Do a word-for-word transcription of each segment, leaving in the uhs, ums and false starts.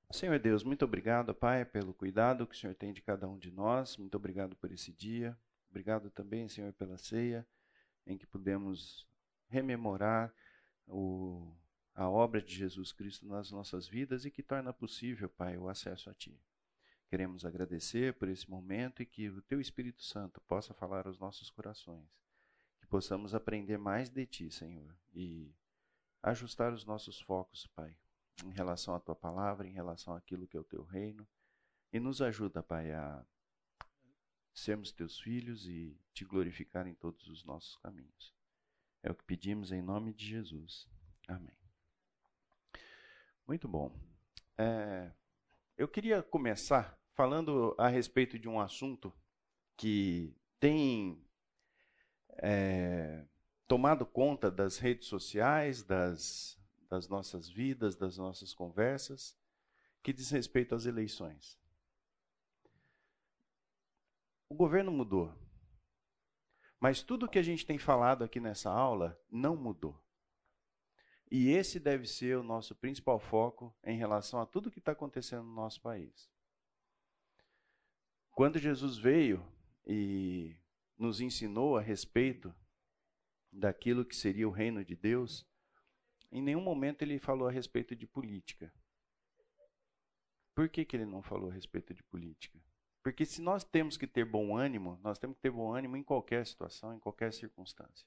Senhor Deus, muito obrigado, Pai, pelo cuidado que o Senhor tem de cada um de nós. Muito obrigado por esse dia. Obrigado também, Senhor, pela ceia, em que pudemos rememorar o, a obra de Jesus Cristo nas nossas vidas e que torna possível, Pai, o acesso a Ti. Queremos agradecer por esse momento e que o Teu Espírito Santo possa falar aos nossos corações. Que possamos aprender mais de Ti, Senhor, e ajustar os nossos focos, Pai, em relação à Tua palavra, em relação àquilo que é o Teu reino. E nos ajuda, Pai, a sermos Teus filhos e Te glorificar em todos os nossos caminhos. É o que pedimos em nome de Jesus. Amém. Muito bom. É, eu queria começar falando a respeito de um assunto que tem é, tomado conta das redes sociais, das, das nossas vidas, das nossas conversas, que diz respeito às eleições. O governo mudou, mas tudo que a gente tem falado aqui nessa aula não mudou. E esse deve ser o nosso principal foco em relação a tudo que está acontecendo no nosso país. Quando Jesus veio e nos ensinou a respeito daquilo que seria o reino de Deus, em nenhum momento ele falou a respeito de política. Por que que ele não falou a respeito de política? Porque se nós temos que ter bom ânimo, nós temos que ter bom ânimo em qualquer situação, em qualquer circunstância.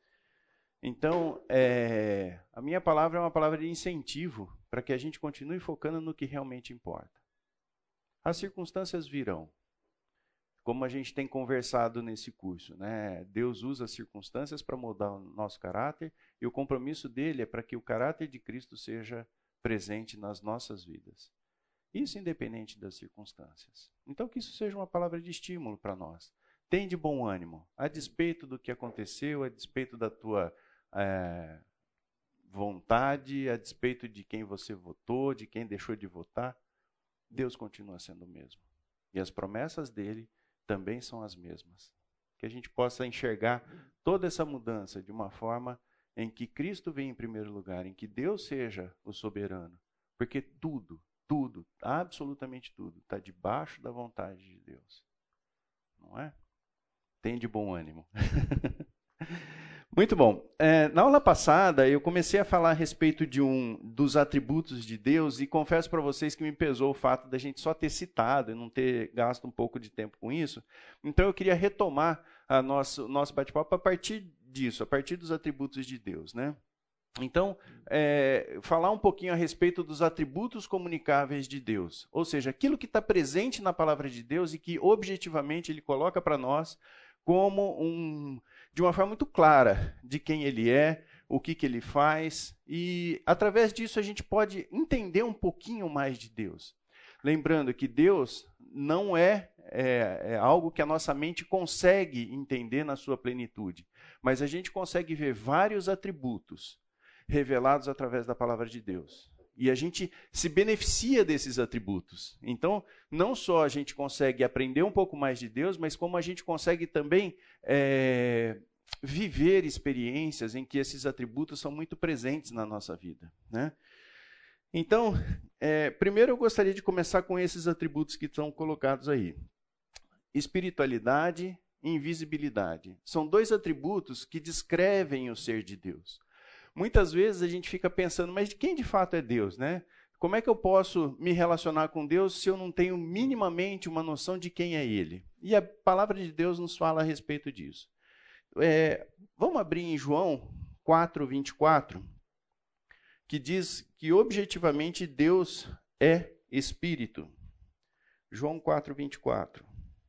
Então, é, a minha palavra é uma palavra de incentivo para que a gente continue focando no que realmente importa. As circunstâncias virão. Como a gente tem conversado nesse curso, né? Deus usa as circunstâncias para mudar o nosso caráter e o compromisso dele é para que o caráter de Cristo seja presente nas nossas vidas. Isso independente das circunstâncias. Então, que isso seja uma palavra de estímulo para nós. Tem de bom ânimo, a despeito do que aconteceu, a despeito da tua é, vontade, a despeito de quem você votou, de quem deixou de votar, Deus continua sendo o mesmo. E as promessas dele também são as mesmas. Que a gente possa enxergar toda essa mudança de uma forma em que Cristo vem em primeiro lugar, em que Deus seja o soberano. Porque tudo, tudo, absolutamente tudo, está debaixo da vontade de Deus. Não é? Tem de bom ânimo. Muito bom. É, na aula passada, eu comecei a falar a respeito de um dos atributos de Deus e confesso para vocês que me pesou o fato da gente só ter citado e não ter gasto um pouco de tempo com isso. Então, eu queria retomar o nosso, nosso bate-papo a partir disso, a partir dos atributos de Deus, né? Então, é, falar um pouquinho a respeito dos atributos comunicáveis de Deus. Ou seja, aquilo que está presente na palavra de Deus e que objetivamente ele coloca para nós como um, de uma forma muito clara de quem ele é, o que, que ele faz. E através disso a gente pode entender um pouquinho mais de Deus. Lembrando que Deus não é, é, é algo que a nossa mente consegue entender na sua plenitude. Mas a gente consegue ver vários atributos revelados através da palavra de Deus. E a gente se beneficia desses atributos. Então, não só a gente consegue aprender um pouco mais de Deus, mas como a gente consegue também é, viver experiências em que esses atributos são muito presentes na nossa vida, né? Então, é, primeiro eu gostaria de começar com esses atributos que estão colocados aí. Espiritualidade e invisibilidade. São dois atributos que descrevem o ser de Deus. Muitas vezes a gente fica pensando, mas de quem de fato é Deus, né? Como é que eu posso me relacionar com Deus se eu não tenho minimamente uma noção de quem é Ele? E a palavra de Deus nos fala a respeito disso. É, vamos abrir em João quatro, vinte e quatro, que diz que objetivamente Deus é Espírito. João quatro, vinte e quatro.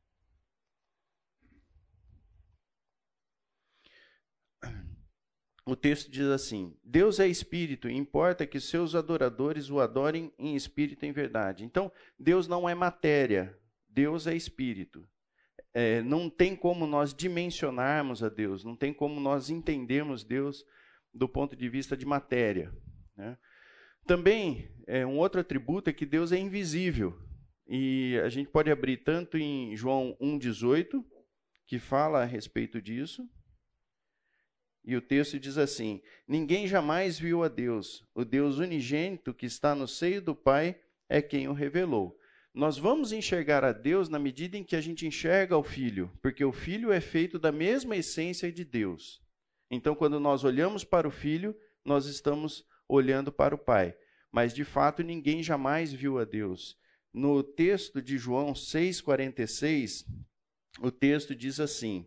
O texto diz assim: Deus é espírito, e importa que seus adoradores o adorem em espírito e em verdade. Então, Deus não é matéria, Deus é espírito. É, não tem como nós dimensionarmos a Deus, não tem como nós entendermos Deus do ponto de vista de matéria, né? Também, é, um outro atributo é que Deus é invisível. E a gente pode abrir tanto em João um, dezoito, que fala a respeito disso. E o texto diz assim: ninguém jamais viu a Deus. O Deus unigênito que está no seio do Pai é quem o revelou. Nós vamos enxergar a Deus na medida em que a gente enxerga o Filho, porque o Filho é feito da mesma essência de Deus. Então, quando nós olhamos para o Filho, nós estamos olhando para o Pai. Mas, de fato, ninguém jamais viu a Deus. No texto de João seis, quarenta e seis, o texto diz assim.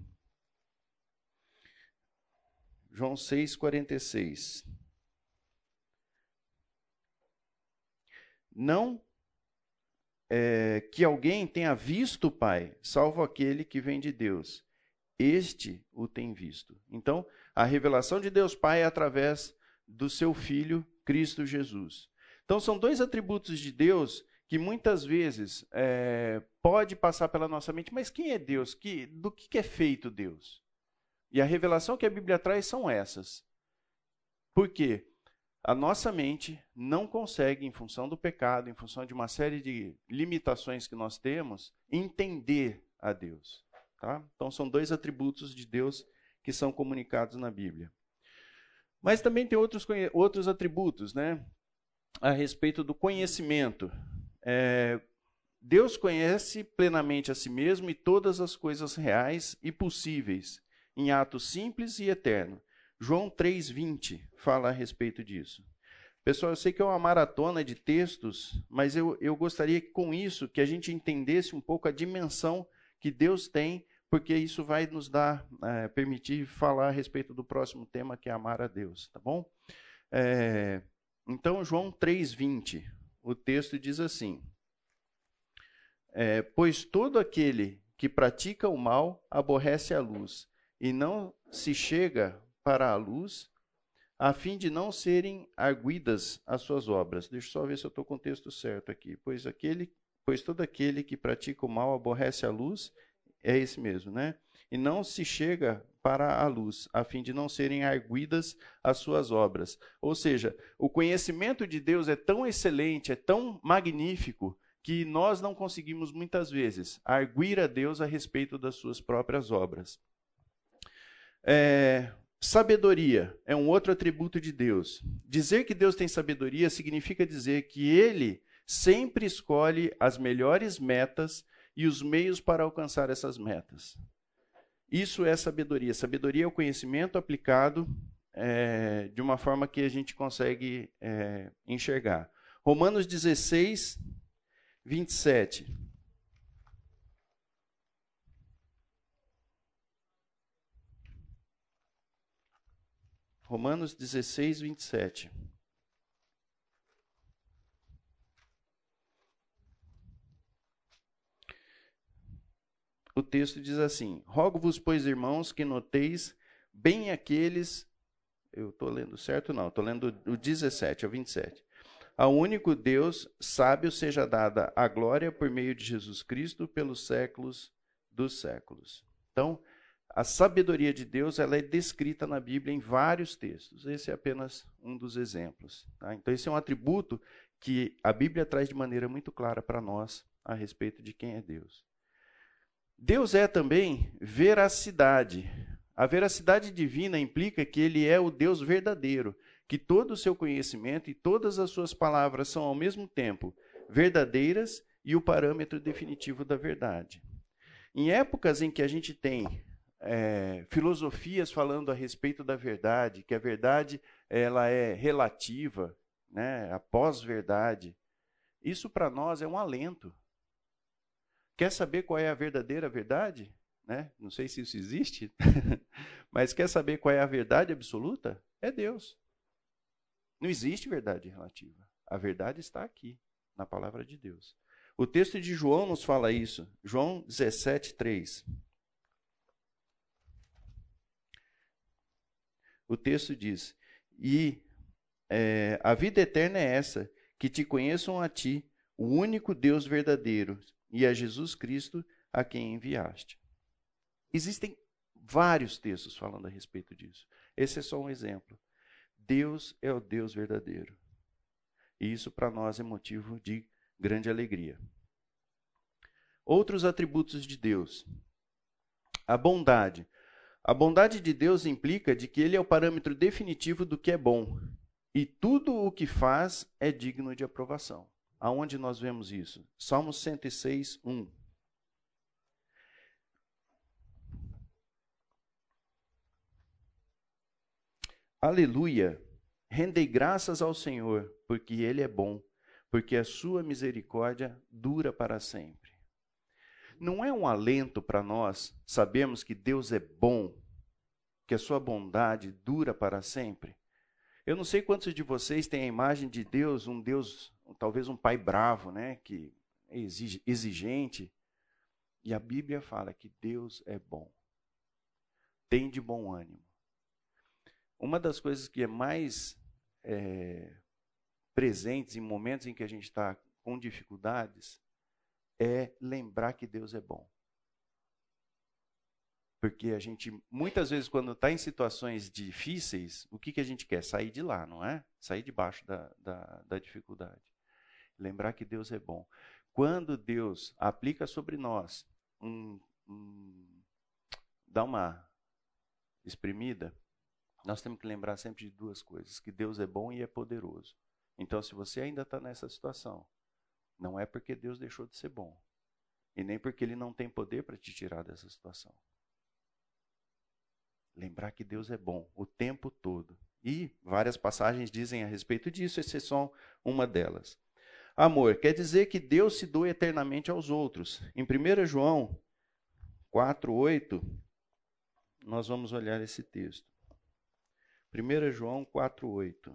João seis, quarenta e seis. Não é, que alguém tenha visto o Pai, salvo aquele que vem de Deus. Este o tem visto. Então, a revelação de Deus Pai é através do seu Filho, Cristo Jesus. Então, são dois atributos de Deus que muitas vezes é, pode passar pela nossa mente. Mas quem é Deus? Que, do que, que é feito Deus? E a revelação que a Bíblia traz são essas. Por quê? A nossa mente não consegue, em função do pecado, em função de uma série de limitações que nós temos, entender a Deus. Tá? Então, são dois atributos de Deus que são comunicados na Bíblia. Mas também tem outros, outros atributos, né? A respeito do conhecimento. É, Deus conhece plenamente a si mesmo e todas as coisas reais e possíveis, em ato simples e eterno. João três, vinte fala a respeito disso. Pessoal, eu sei que é uma maratona de textos, mas eu, eu gostaria que com isso que a gente entendesse um pouco a dimensão que Deus tem, porque isso vai nos dar, é, permitir falar a respeito do próximo tema, que é amar a Deus, tá bom? É, então, João três, vinte, o texto diz assim, é, pois todo aquele que pratica o mal aborrece a luz, e não se chega para a luz, a fim de não serem arguidas as suas obras. Deixa eu só ver se eu estou com o texto certo aqui. Pois, aquele, pois todo aquele que pratica o mal aborrece a luz, é esse mesmo, né? E não se chega para a luz, a fim de não serem arguidas as suas obras. Ou seja, o conhecimento de Deus é tão excelente, é tão magnífico, que nós não conseguimos muitas vezes arguir a Deus a respeito das suas próprias obras. É... Sabedoria é um outro atributo de Deus. Dizer que Deus tem sabedoria significa dizer que Ele sempre escolhe as melhores metas e os meios para alcançar essas metas. Isso é sabedoria. Sabedoria é o conhecimento aplicado é, de uma forma que a gente consegue é, enxergar. Romanos dezesseis, vinte e sete. Romanos dezesseis, vinte e sete. O texto diz assim, rogo-vos, pois, irmãos, que noteis bem aqueles... Eu estou lendo certo? Não, estou lendo o dezessete ao vinte e sete. Ao único Deus, sábio, seja dada a glória por meio de Jesus Cristo pelos séculos dos séculos. Então, a sabedoria de Deus ela é descrita na Bíblia em vários textos. Esse é apenas um dos exemplos. Tá? Então, esse é um atributo que a Bíblia traz de maneira muito clara para nós a respeito de quem é Deus. Deus é também veracidade. A veracidade divina implica que Ele é o Deus verdadeiro, que todo o seu conhecimento e todas as suas palavras são ao mesmo tempo verdadeiras e o parâmetro definitivo da verdade. Em épocas em que a gente tem É, filosofias falando a respeito da verdade, que a verdade ela é relativa, né, a pós-verdade, isso para nós é um alento. Quer saber qual é a verdadeira verdade? Né? Não sei se isso existe, mas quer saber qual é a verdade absoluta? É Deus. Não existe verdade relativa. A verdade está aqui, na palavra de Deus. O texto de João nos fala isso. João dezessete, três. O texto diz, e é, a vida eterna é essa, que te conheçam a ti, o único Deus verdadeiro, e a Jesus Cristo, a quem enviaste. Existem vários textos falando a respeito disso. Esse é só um exemplo. Deus é o Deus verdadeiro. E isso para nós é motivo de grande alegria. Outros atributos de Deus. A bondade. A bondade de Deus implica de que Ele é o parâmetro definitivo do que é bom. E tudo o que faz é digno de aprovação. Aonde nós vemos isso? Salmo cento e seis, um. Aleluia! Rendei graças ao Senhor, porque Ele é bom, porque a sua misericórdia dura para sempre. Não é um alento para nós sabermos que Deus é bom, que a sua bondade dura para sempre? Eu não sei quantos de vocês têm a imagem de Deus, um Deus, talvez um pai bravo, né, que é exigente. E a Bíblia fala que Deus é bom. Tem de bom ânimo. Uma das coisas que é mais é, presentes em momentos em que a gente está com dificuldades é lembrar que Deus é bom. Porque a gente, muitas vezes, quando está em situações difíceis, o que, que a gente quer? Sair de lá, não é? Sair debaixo da, da, da dificuldade. Lembrar que Deus é bom. Quando Deus aplica sobre nós, um, um, dá uma espremida, nós temos que lembrar sempre de duas coisas, que Deus é bom e é poderoso. Então, se você ainda está nessa situação, não é porque Deus deixou de ser bom, e nem porque Ele não tem poder para te tirar dessa situação. Lembrar que Deus é bom o tempo todo. E várias passagens dizem a respeito disso, essa é só uma delas. Amor, quer dizer que Deus se doa eternamente aos outros. Em primeiro João quatro, oito, nós vamos olhar esse texto. primeiro João quatro, oito.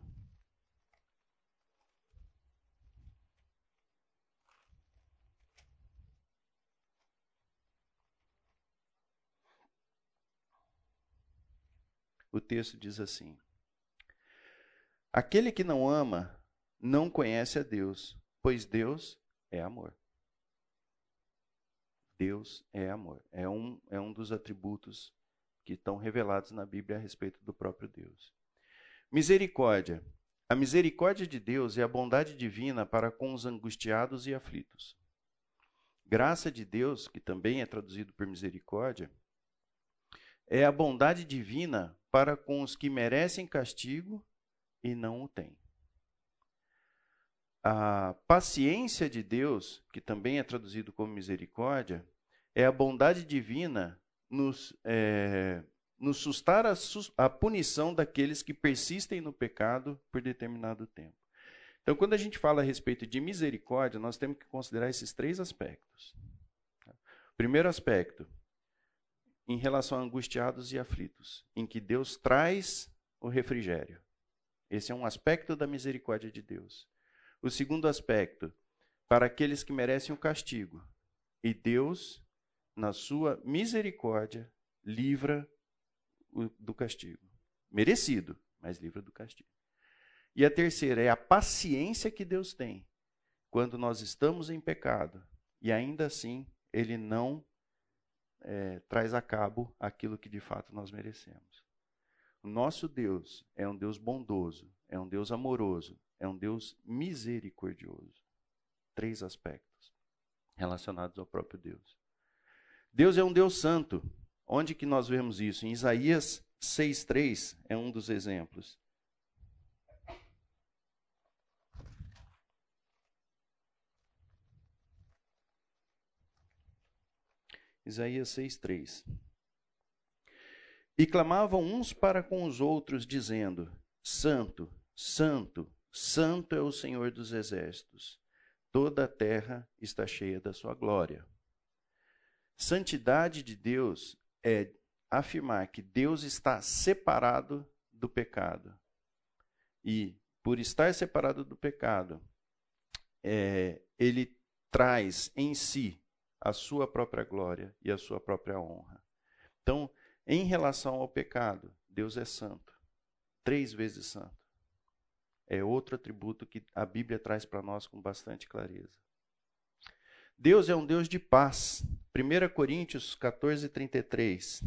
O texto diz assim: aquele que não ama não conhece a Deus, pois Deus é amor. Deus é amor. É um, é um dos atributos que estão revelados na Bíblia a respeito do próprio Deus. Misericórdia. A misericórdia de Deus é a bondade divina para com os angustiados e aflitos. Graça de Deus, que também é traduzido por misericórdia, é a bondade divina para com os que merecem castigo e não o têm. A paciência de Deus, que também é traduzido como misericórdia, é a bondade divina nos, é, nos sustar a, a punição daqueles que persistem no pecado por determinado tempo. Então, quando a gente fala a respeito de misericórdia, nós temos que considerar esses três aspectos. Primeiro aspecto, em relação a angustiados e aflitos, em que Deus traz o refrigério. Esse é um aspecto da misericórdia de Deus. O segundo aspecto, para aqueles que merecem o castigo. E Deus, na sua misericórdia, livra o, do castigo. Merecido, mas livra do castigo. E a terceira é a paciência que Deus tem quando nós estamos em pecado e ainda assim Ele não é, traz a cabo aquilo que de fato nós merecemos. O nosso Deus é um Deus bondoso, é um Deus amoroso, é um Deus misericordioso. Três aspectos relacionados ao próprio Deus. Deus é um Deus santo. Onde que nós vemos isso? Em Isaías seis, três é um dos exemplos. Isaías seis, três. E clamavam uns para com os outros, dizendo: Santo, Santo, Santo é o Senhor dos exércitos. Toda a terra está cheia da sua glória. Santidade de Deus é afirmar que Deus está separado do pecado. E, por estar separado do pecado, é, ele traz em si a sua própria glória e a sua própria honra. Então, em relação ao pecado, Deus é santo, três vezes santo. É outro atributo que a Bíblia traz para nós com bastante clareza. Deus é um Deus de paz. primeira Coríntios quatorze, trinta e três.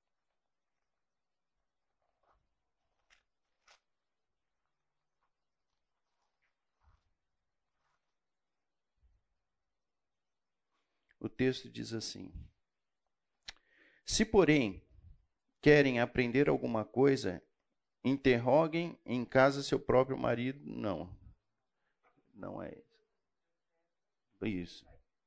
O texto diz assim: se, porém, querem aprender alguma coisa, interroguem em casa seu próprio marido. Não, não é isso. Isso.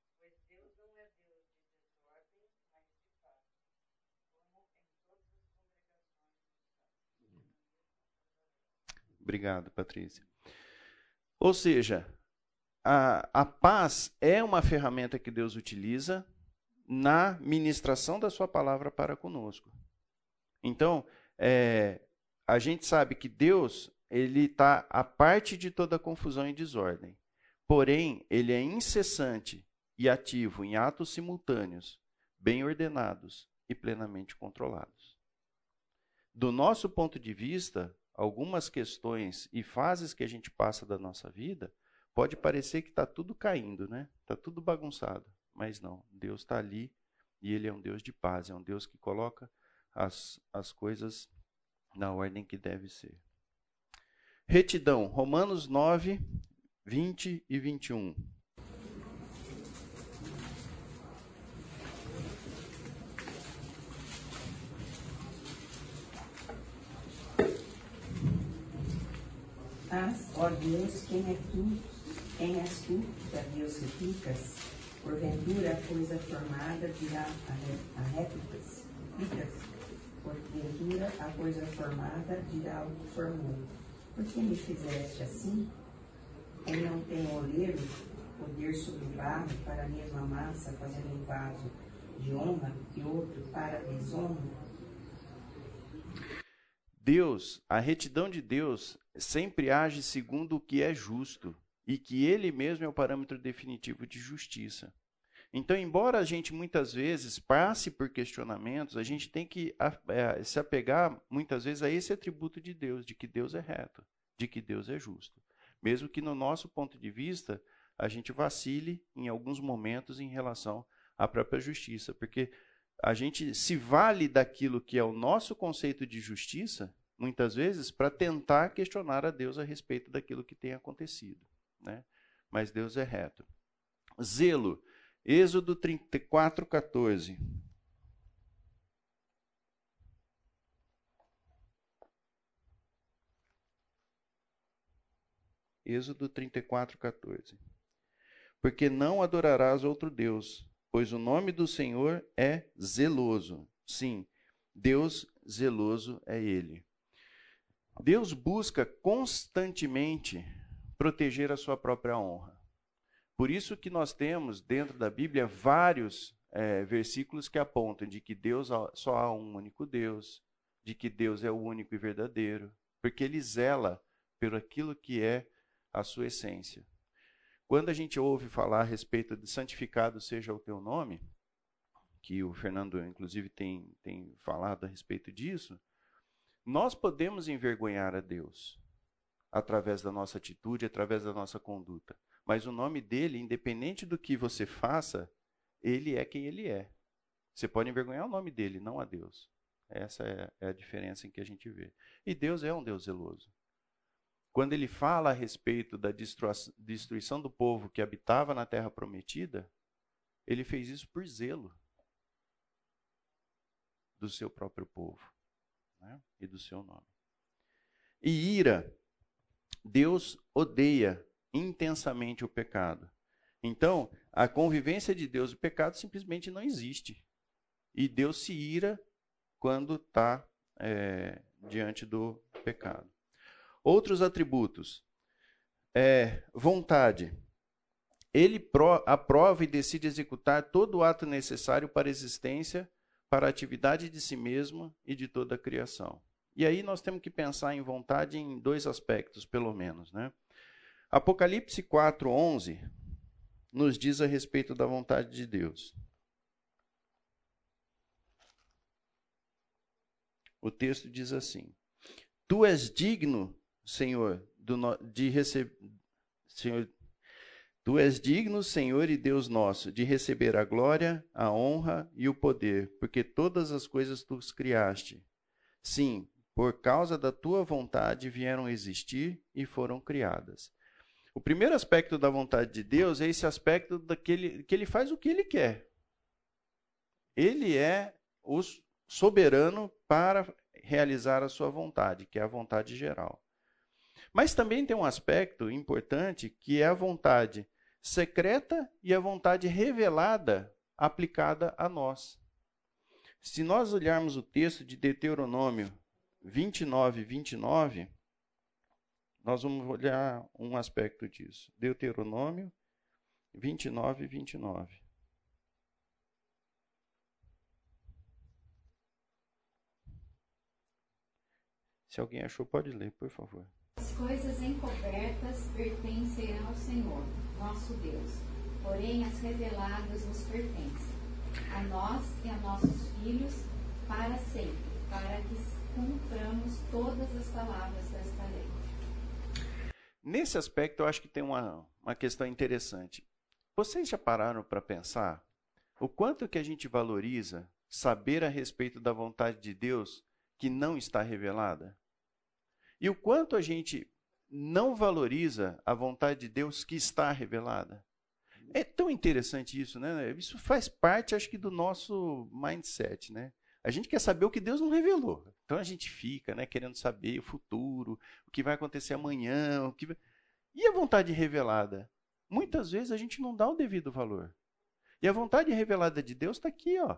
Obrigado, Patrícia. Ou seja, a, a paz é uma ferramenta que Deus utiliza na ministração da sua palavra para conosco. Então, é, a gente sabe que Deus ele está à parte de toda confusão e desordem. Porém, ele é incessante e ativo em atos simultâneos, bem ordenados e plenamente controlados. Do nosso ponto de vista, algumas questões e fases que a gente passa da nossa vida, pode parecer que está tudo caindo, né? Está tudo bagunçado. Mas não, Deus está ali e Ele é um Deus de paz, é um Deus que coloca as, as coisas na ordem que deve ser. Retidão, Romanos nove, vinte e vinte e um. Mas, ó Deus, quem é tu, quem és tu, que a Deus replicas? Porventura a coisa formada dirá a réplicas? Porventura a coisa formada dirá ao que formou. Por que me fizeste assim? Quem não tem oleiro, poder sobre o barro, para a mesma massa fazer um vaso de honra e outro para desonra? Deus, a retidão de Deus sempre age segundo o que é justo e que Ele mesmo é o parâmetro definitivo de justiça. Então, embora a gente muitas vezes passe por questionamentos, a gente tem que é, se apegar muitas vezes a esse atributo de Deus, de que Deus é reto, de que Deus é justo. Mesmo que no nosso ponto de vista, a gente vacile em alguns momentos em relação à própria justiça, porque a gente se vale daquilo que é o nosso conceito de justiça, muitas vezes, para tentar questionar a Deus a respeito daquilo que tem acontecido, né? Mas Deus é reto. Zelo, Êxodo trinta e quatro, quatorze. Êxodo trinta e quatro, quatorze. Porque não adorarás outro Deus, pois o nome do Senhor é zeloso. Sim, Deus zeloso é Ele. Deus busca constantemente proteger a sua própria honra. Por isso que nós temos dentro da Bíblia vários é, versículos que apontam de que Deus só há um único Deus, de que Deus é o único e verdadeiro, porque Ele zela por aquilo que é a sua essência. Quando a gente ouve falar a respeito de santificado seja o teu nome, que o Fernando inclusive tem, tem falado a respeito disso, nós podemos envergonhar a Deus através da nossa atitude, através da nossa conduta. Mas o nome dele, independente do que você faça, ele é quem ele é. Você pode envergonhar o nome dele, não a Deus. Essa é, é a diferença em que a gente vê. E Deus é um Deus zeloso. Quando ele fala a respeito da destruição do povo que habitava na terra prometida, ele fez isso por zelo do seu próprio povo, né? E do seu nome. E ira, Deus odeia intensamente o pecado. Então, a convivência de Deus e o pecado simplesmente não existe. E Deus se ira quando está é, diante do pecado. Outros atributos. É, vontade. Ele pro, aprova e decide executar todo o ato necessário para a existência, para a atividade de si mesmo e de toda a criação. E aí nós temos que pensar em vontade em dois aspectos, pelo menos, né? Apocalipse quatro, onze nos diz a respeito da vontade de Deus. O texto diz assim: Tu és digno, Senhor, do no... de receber... Senhor... Tu és digno, Senhor e Deus nosso, de receber a glória, a honra e o poder, porque todas as coisas tu criaste. Sim, por causa da tua vontade vieram existir e foram criadas. O primeiro aspecto da vontade de Deus é esse aspecto daquele, que ele faz o que ele quer. Ele é o soberano para realizar a sua vontade, que é a vontade geral. Mas também tem um aspecto importante, que é a vontade secreta e a vontade revelada aplicada a nós. Se nós olharmos o texto de Deuteronômio vinte e nove, vinte e nove, nós vamos olhar um aspecto disso. Deuteronômio vinte e nove, vinte e nove. Se alguém achou, pode ler, por favor. As coisas encobertas pertencem ao Senhor, nosso Deus. Porém, as reveladas nos pertencem, a nós e a nossos filhos, para sempre, para que cumpramos todas as palavras desta lei. Nesse aspecto, eu acho que tem uma, uma questão interessante. Vocês já pararam para pensar o quanto que a gente valoriza saber a respeito da vontade de Deus que não está revelada? E o quanto a gente não valoriza a vontade de Deus que está revelada? É tão interessante isso, né? Isso faz parte, acho que, do nosso mindset, né? A gente quer saber o que Deus não revelou. Então a gente fica, né, querendo saber o futuro, o que vai acontecer amanhã. O que vai... E a vontade revelada? Muitas vezes a gente não dá o devido valor. E a vontade revelada de Deus está aqui, ó.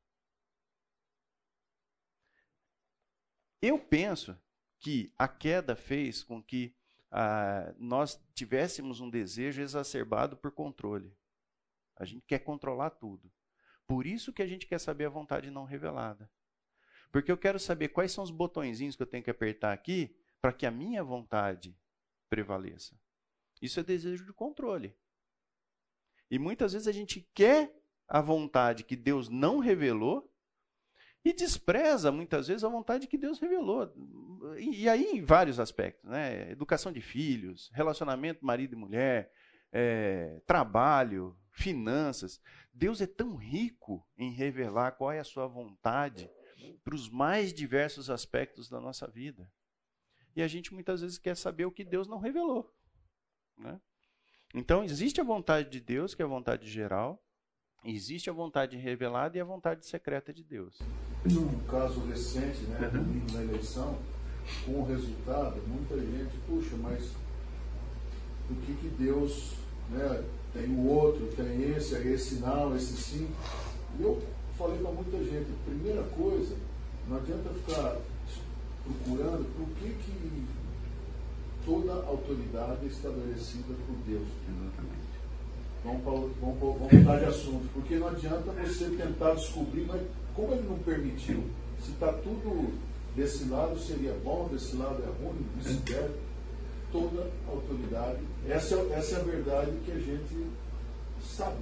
Eu penso que a queda fez com que ah, nós tivéssemos um desejo exacerbado por controle. A gente quer controlar tudo. Por isso que a gente quer saber a vontade não revelada. Porque eu quero saber quais são os botõezinhos que eu tenho que apertar aqui para que a minha vontade prevaleça. Isso é desejo de controle. E muitas vezes a gente quer a vontade que Deus não revelou e despreza, muitas vezes, a vontade que Deus revelou. E, e aí, em vários aspectos, né? Educação de filhos, relacionamento marido e mulher, é, trabalho, finanças. Deus é tão rico em revelar qual é a sua vontade para os mais diversos aspectos da nossa vida. E a gente, muitas vezes, quer saber o que Deus não revelou, né? Então, existe a vontade de Deus, que é a vontade geral. Existe a vontade revelada e a vontade secreta de Deus. Um caso recente, né, domingo na eleição, com o resultado, muita gente, puxa, mas do que que Deus, né, tem o outro, tem esse, esse não, esse sim. E eu falei para muita gente, primeira coisa, não adianta ficar procurando por que que toda autoridade é estabelecida por Deus. Exatamente. Vamos, vamos, vamos mudar de assunto, porque não adianta você tentar descobrir, mas como ele não permitiu, se está tudo desse lado seria bom, desse lado é ruim, vice-versa, toda autoridade, essa, essa é a verdade que a gente sabe.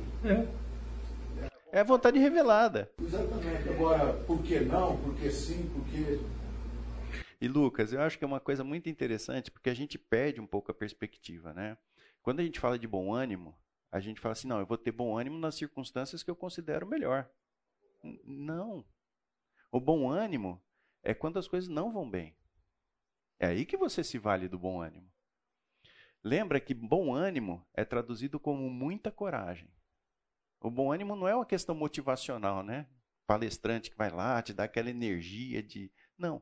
É a vontade revelada. Exatamente. Agora, por que não? Por que sim? Por que... E Lucas, eu acho que é uma coisa muito interessante, porque a gente perde um pouco a perspectiva, né? Quando a gente fala de bom ânimo, a gente fala assim, não, eu vou ter bom ânimo nas circunstâncias que eu considero melhor. Não. O bom ânimo é quando as coisas não vão bem. É aí que você se vale do bom ânimo. Lembra que bom ânimo é traduzido como muita coragem. O bom ânimo não é uma questão motivacional, né? Palestrante que vai lá, te dá aquela energia de... Não.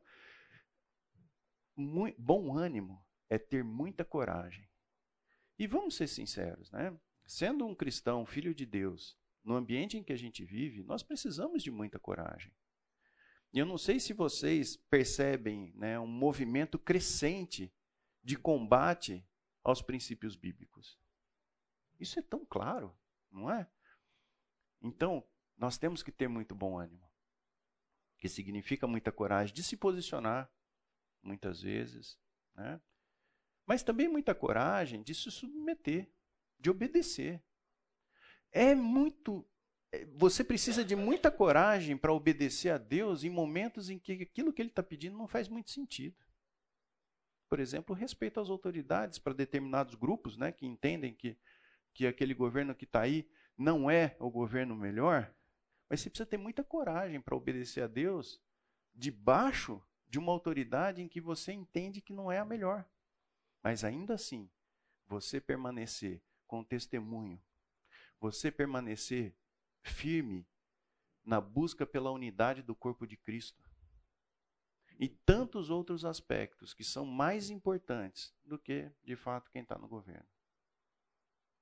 Mu- bom ânimo é ter muita coragem. E vamos ser sinceros, né? Sendo um cristão, filho de Deus, no ambiente em que a gente vive, nós precisamos de muita coragem. E eu não sei se vocês percebem, né, um movimento crescente de combate aos princípios bíblicos. Isso é tão claro, não é? Então, nós temos que ter muito bom ânimo, que significa muita coragem de se posicionar, muitas vezes, né? Mas também muita coragem de se submeter, de obedecer. É muito... Você precisa de muita coragem para obedecer a Deus em momentos em que aquilo que Ele está pedindo não faz muito sentido. Por exemplo, o respeito às autoridades para determinados grupos, né, que entendem que, que aquele governo que está aí não é o governo melhor, mas você precisa ter muita coragem para obedecer a Deus debaixo de uma autoridade em que você entende que não é a melhor. Mas ainda assim, você permanecer com testemunho, você permanecer firme na busca pela unidade do corpo de Cristo. E tantos outros aspectos que são mais importantes do que, de fato, quem está no governo.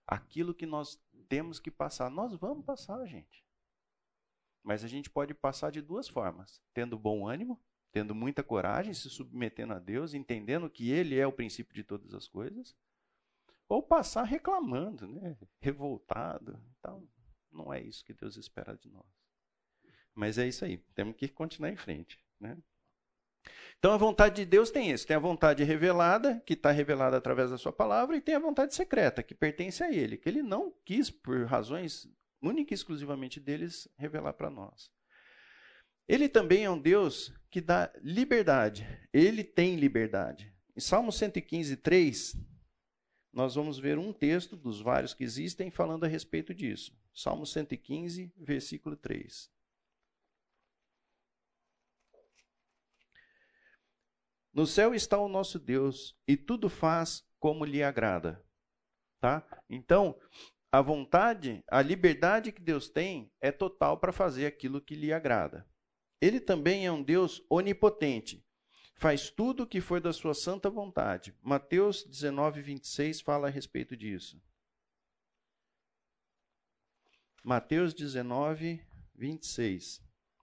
aquilo que nós temos que passar. Nós vamos passar, gente. Mas a gente pode passar de duas formas: tendo bom ânimo, tendo muita coragem, se submetendo a Deus, entendendo que Ele é o princípio de todas as coisas, ou passar reclamando, né? Revoltado. Então, não é isso que Deus espera de nós. Mas é isso aí, temos que continuar em frente, né? Então a vontade de Deus tem isso: tem a vontade revelada, que está revelada através da sua palavra, e tem a vontade secreta, que pertence a Ele, que Ele não quis, por razões única e exclusivamente deles, revelar para nós. Ele também é um Deus que dá liberdade. Ele tem liberdade. Em Salmo cento e quinze, três, nós vamos ver um texto dos vários que existem falando a respeito disso. Salmo cento e quinze, versículo três. No céu está o nosso Deus, e tudo faz como lhe agrada. Tá? Então, a vontade, a liberdade que Deus tem é total para fazer aquilo que lhe agrada. Ele também é um Deus onipotente. Faz tudo o que for da sua santa vontade. Mateus dezenove, vinte e seis fala a respeito disso. Mateus dezenove, vinte e seis.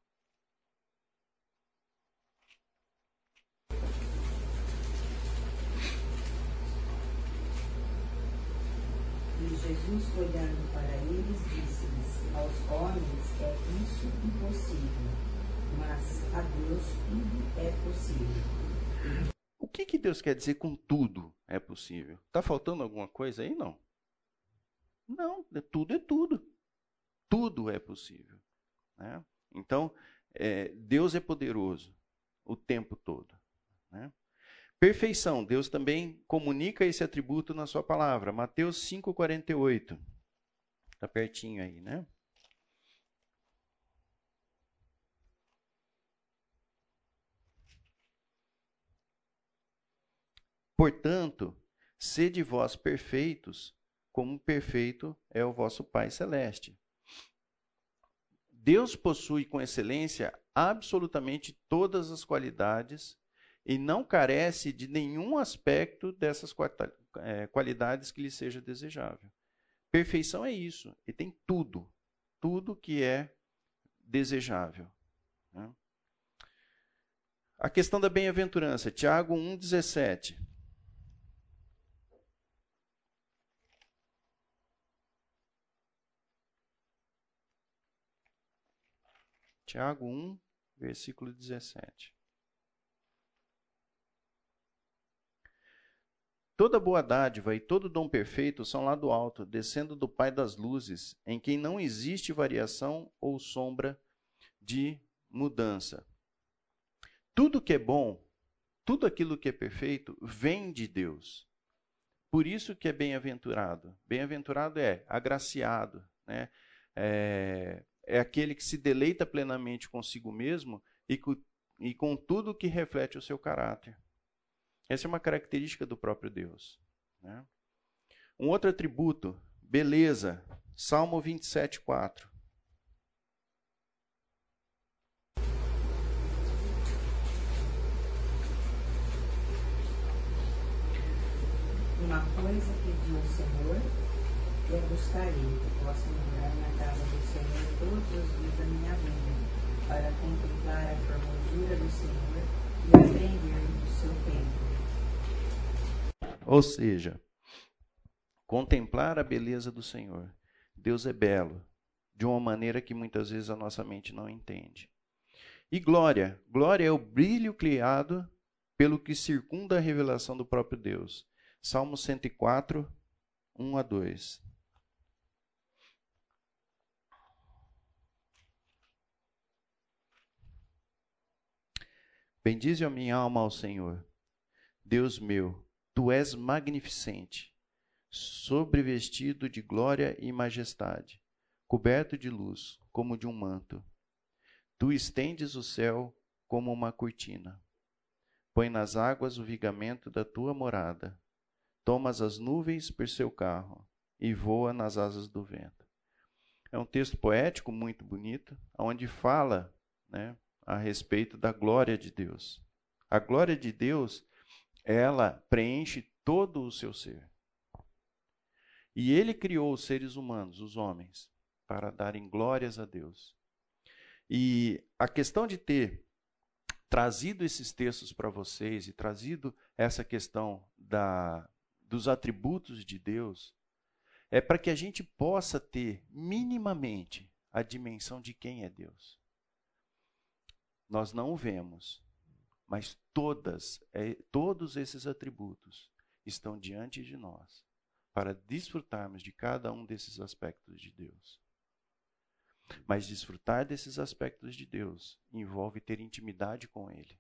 E Jesus, olhando para eles, disse-lhes: aos homens é isso impossível, mas a Deus tudo é possível. O que, que Deus quer dizer com tudo é possível? Está faltando alguma coisa aí? Não. Não, tudo é tudo. Tudo é possível. Né? Então, é, Deus é poderoso o tempo todo. Né? Perfeição. Deus também comunica esse atributo na sua palavra. Mateus cinco, quarenta e oito. Está pertinho aí, né? Portanto, sede vós perfeitos, como perfeito é o vosso Pai Celeste. Deus possui com excelência absolutamente todas as qualidades e não carece de nenhum aspecto dessas qualidades que lhe seja desejável. Perfeição é isso, e tem tudo, tudo que é desejável. Né? A questão da bem-aventurança, Tiago um, dezessete. Tiago um, versículo dezessete. Toda boa dádiva e todo dom perfeito são lá do alto, descendo do Pai das luzes, em quem não existe variação ou sombra de mudança. Tudo que é bom, tudo aquilo que é perfeito, vem de Deus. Por isso que é bem-aventurado. Bem-aventurado é agraciado, né? É, é aquele que se deleita plenamente consigo mesmo e com, e com tudo que reflete o seu caráter. Essa é uma característica do próprio Deus. Né? Um outro atributo, beleza. Salmo vinte e sete, quatro. Uma coisa pedi ao Senhor, e a buscarei, que possa morar na casa do Senhor todos os dias da minha vida, para contemplar a formosura do Senhor e aprender do seu tempo. Ou seja, contemplar a beleza do Senhor. Deus é belo, de uma maneira que muitas vezes a nossa mente não entende. E glória. Glória é o brilho criado pelo que circunda a revelação do próprio Deus. Salmo cento e quatro, um a dois. Bendize a minha alma ao Senhor. Deus meu, tu és magnificente, sobrevestido de glória e majestade, coberto de luz, como de um manto. Tu estendes o céu como uma cortina. Põe nas águas o vigamento da tua morada. Tomas as nuvens por seu carro e voa nas asas do vento. É um texto poético muito bonito, onde fala, né, a respeito da glória de Deus. A glória de Deus, ela preenche todo o seu ser. E ele criou os seres humanos, os homens, para darem glórias a Deus. E a questão de ter trazido esses textos para vocês e trazido essa questão da, dos atributos de Deus é para que a gente possa ter minimamente a dimensão de quem é Deus. Nós não o vemos, mas todas, é, todos esses atributos estão diante de nós para desfrutarmos de cada um desses aspectos de Deus. Mas desfrutar desses aspectos de Deus envolve ter intimidade com Ele.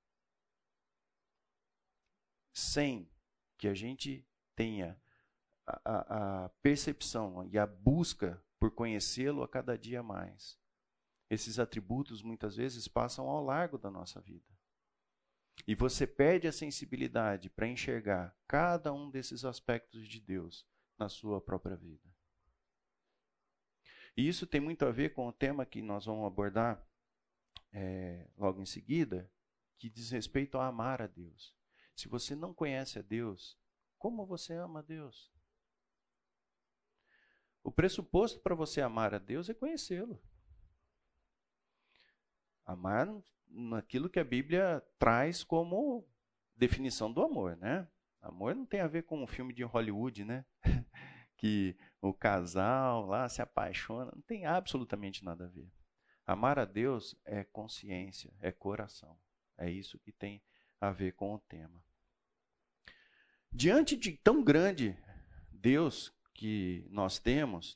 Sem que a gente tenha a, a, a percepção e a busca por conhecê-lo a cada dia mais, esses atributos muitas vezes passam ao largo da nossa vida. E você perde a sensibilidade para enxergar cada um desses aspectos de Deus na sua própria vida. E isso tem muito a ver com o tema que nós vamos abordar é, logo em seguida, que diz respeito a amar a Deus. Se você não conhece a Deus, como você ama a Deus? O pressuposto para você amar a Deus é conhecê-lo. Amar naquilo que a Bíblia traz como definição do amor, né? Amor não tem a ver com um filme de Hollywood, né? Que o casal lá se apaixona, não tem absolutamente nada a ver. Amar a Deus é consciência, é coração. É isso que tem a ver com o tema. Diante de tão grande Deus que nós temos,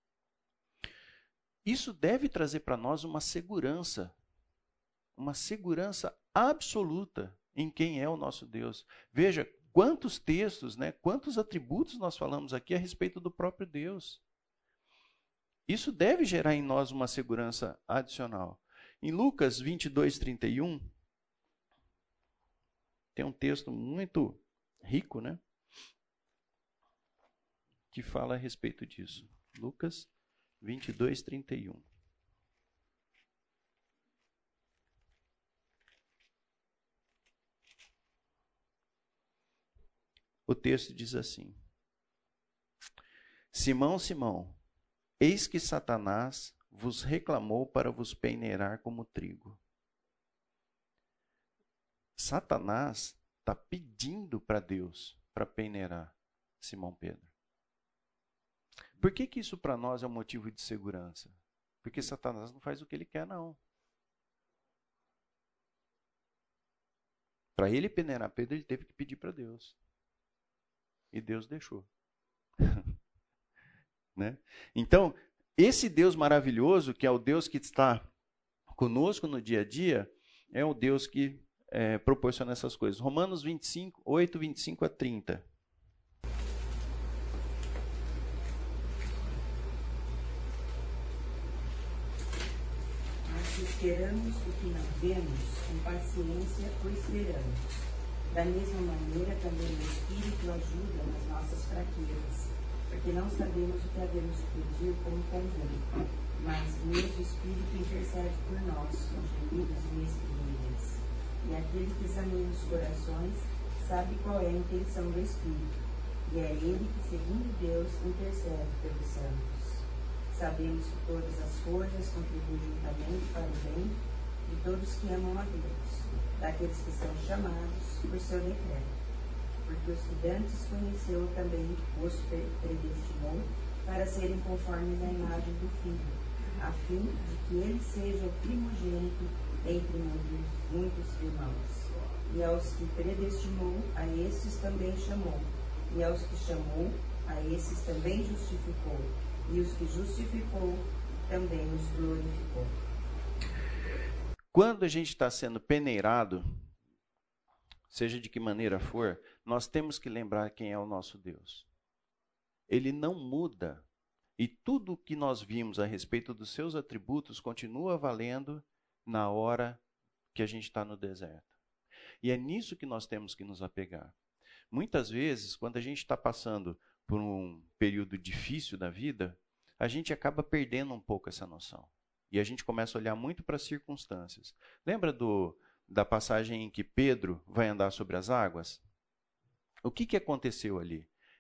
isso deve trazer para nós uma segurança, uma segurança absoluta em quem é o nosso Deus. Veja, quantos textos, né, quantos atributos nós falamos aqui a respeito do próprio Deus. Isso deve gerar em nós uma segurança adicional. Em Lucas vinte e dois, trinta e um, tem um texto muito rico, né, que fala a respeito disso. Lucas vinte e dois, trinta e um. O texto diz assim: Simão, Simão, eis que Satanás vos reclamou para vos peneirar como trigo. Satanás está pedindo para Deus para peneirar Simão Pedro. Por que que isso para nós é um motivo de segurança? Porque Satanás não faz o que ele quer, não. Para ele peneirar Pedro, ele teve que pedir para Deus. E Deus deixou. Né? Então, esse Deus maravilhoso, que é o Deus que está conosco no dia a dia, é o Deus que é, proporciona essas coisas. Romanos vinte e cinco, oito, vinte e cinco a trinta. Mas se esperamos o que não vemos, com paciência o esperamos. Da mesma maneira, também o Espírito ajuda nas nossas fraquezas, porque não sabemos o que havemos de pedir como convém, mas mesmo o Espírito intercede por nós, com gemidos inexprimíveis. E aquele que examina os corações sabe qual é a intenção do Espírito, e é ele que, segundo Deus, intercede pelos santos. Sabemos que todas as coisas contribuem juntamente para o bem de todos que amam a Deus, daqueles que são chamados por seu decreto. Porque os que dantes conheceu também os predestinou para serem conformes à imagem do Filho, a fim de que ele seja o primogênito entre muitos, muitos irmãos. E aos que predestinou, a esses também chamou. E aos que chamou, a esses também justificou. E os que justificou, também os glorificou. Quando a gente está sendo peneirado, seja de que maneira for, nós temos que lembrar quem é o nosso Deus. Ele não muda. E tudo o que nós vimos a respeito dos seus atributos continua valendo na hora que a gente está no deserto. E é nisso que nós temos que nos apegar. Muitas vezes, quando a gente está passando por um período difícil da vida, a gente acaba perdendo um pouco essa noção. E a gente começa a olhar muito para as circunstâncias. Lembra do, da passagem em que Pedro vai andar sobre as águas? O que, que aconteceu ali?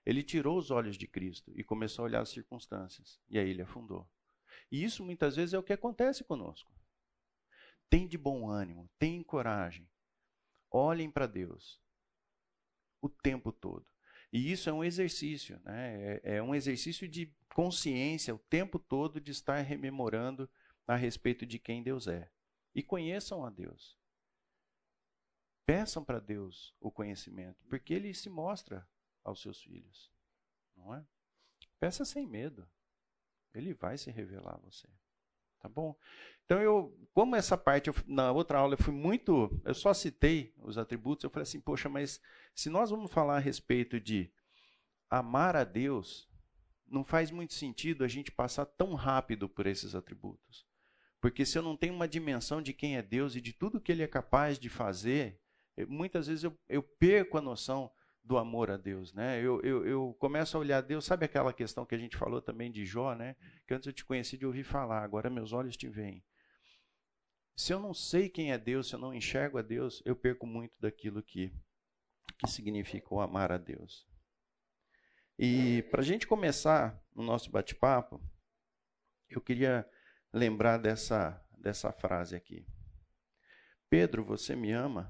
Ele tirou os olhos de Cristo e começou a olhar as circunstâncias. E aí ele afundou. E isso muitas vezes é o que acontece conosco. Tem de bom ânimo, tem coragem. Olhem para Deus o tempo todo. E isso é um exercício, né? É, é um exercício de consciência o tempo todo de estar rememorando a respeito de quem Deus é. E conheçam a Deus. Peçam para Deus o conhecimento, porque Ele se mostra aos seus filhos, não é? Peça sem medo. Ele vai se revelar a você. Tá bom? Então, eu, como essa parte, eu, na outra aula eu fui muito, eu só citei os atributos, eu falei assim, poxa, mas se nós vamos falar a respeito de amar a Deus, não faz muito sentido a gente passar tão rápido por esses atributos. Porque se eu não tenho uma dimensão de quem é Deus e de tudo que Ele é capaz de fazer, eu, muitas vezes eu, eu perco a noção do amor a Deus, né? Eu, eu, eu começo a olhar Deus, sabe aquela questão que a gente falou também de Jó, né? Que antes eu te conheci de ouvir falar, agora meus olhos te veem. Se eu não sei quem é Deus, se eu não enxergo a Deus, eu perco muito daquilo que, que significa o amar a Deus. E para a gente começar o nosso bate-papo, eu queria lembrar dessa, dessa frase aqui. Pedro, você me ama?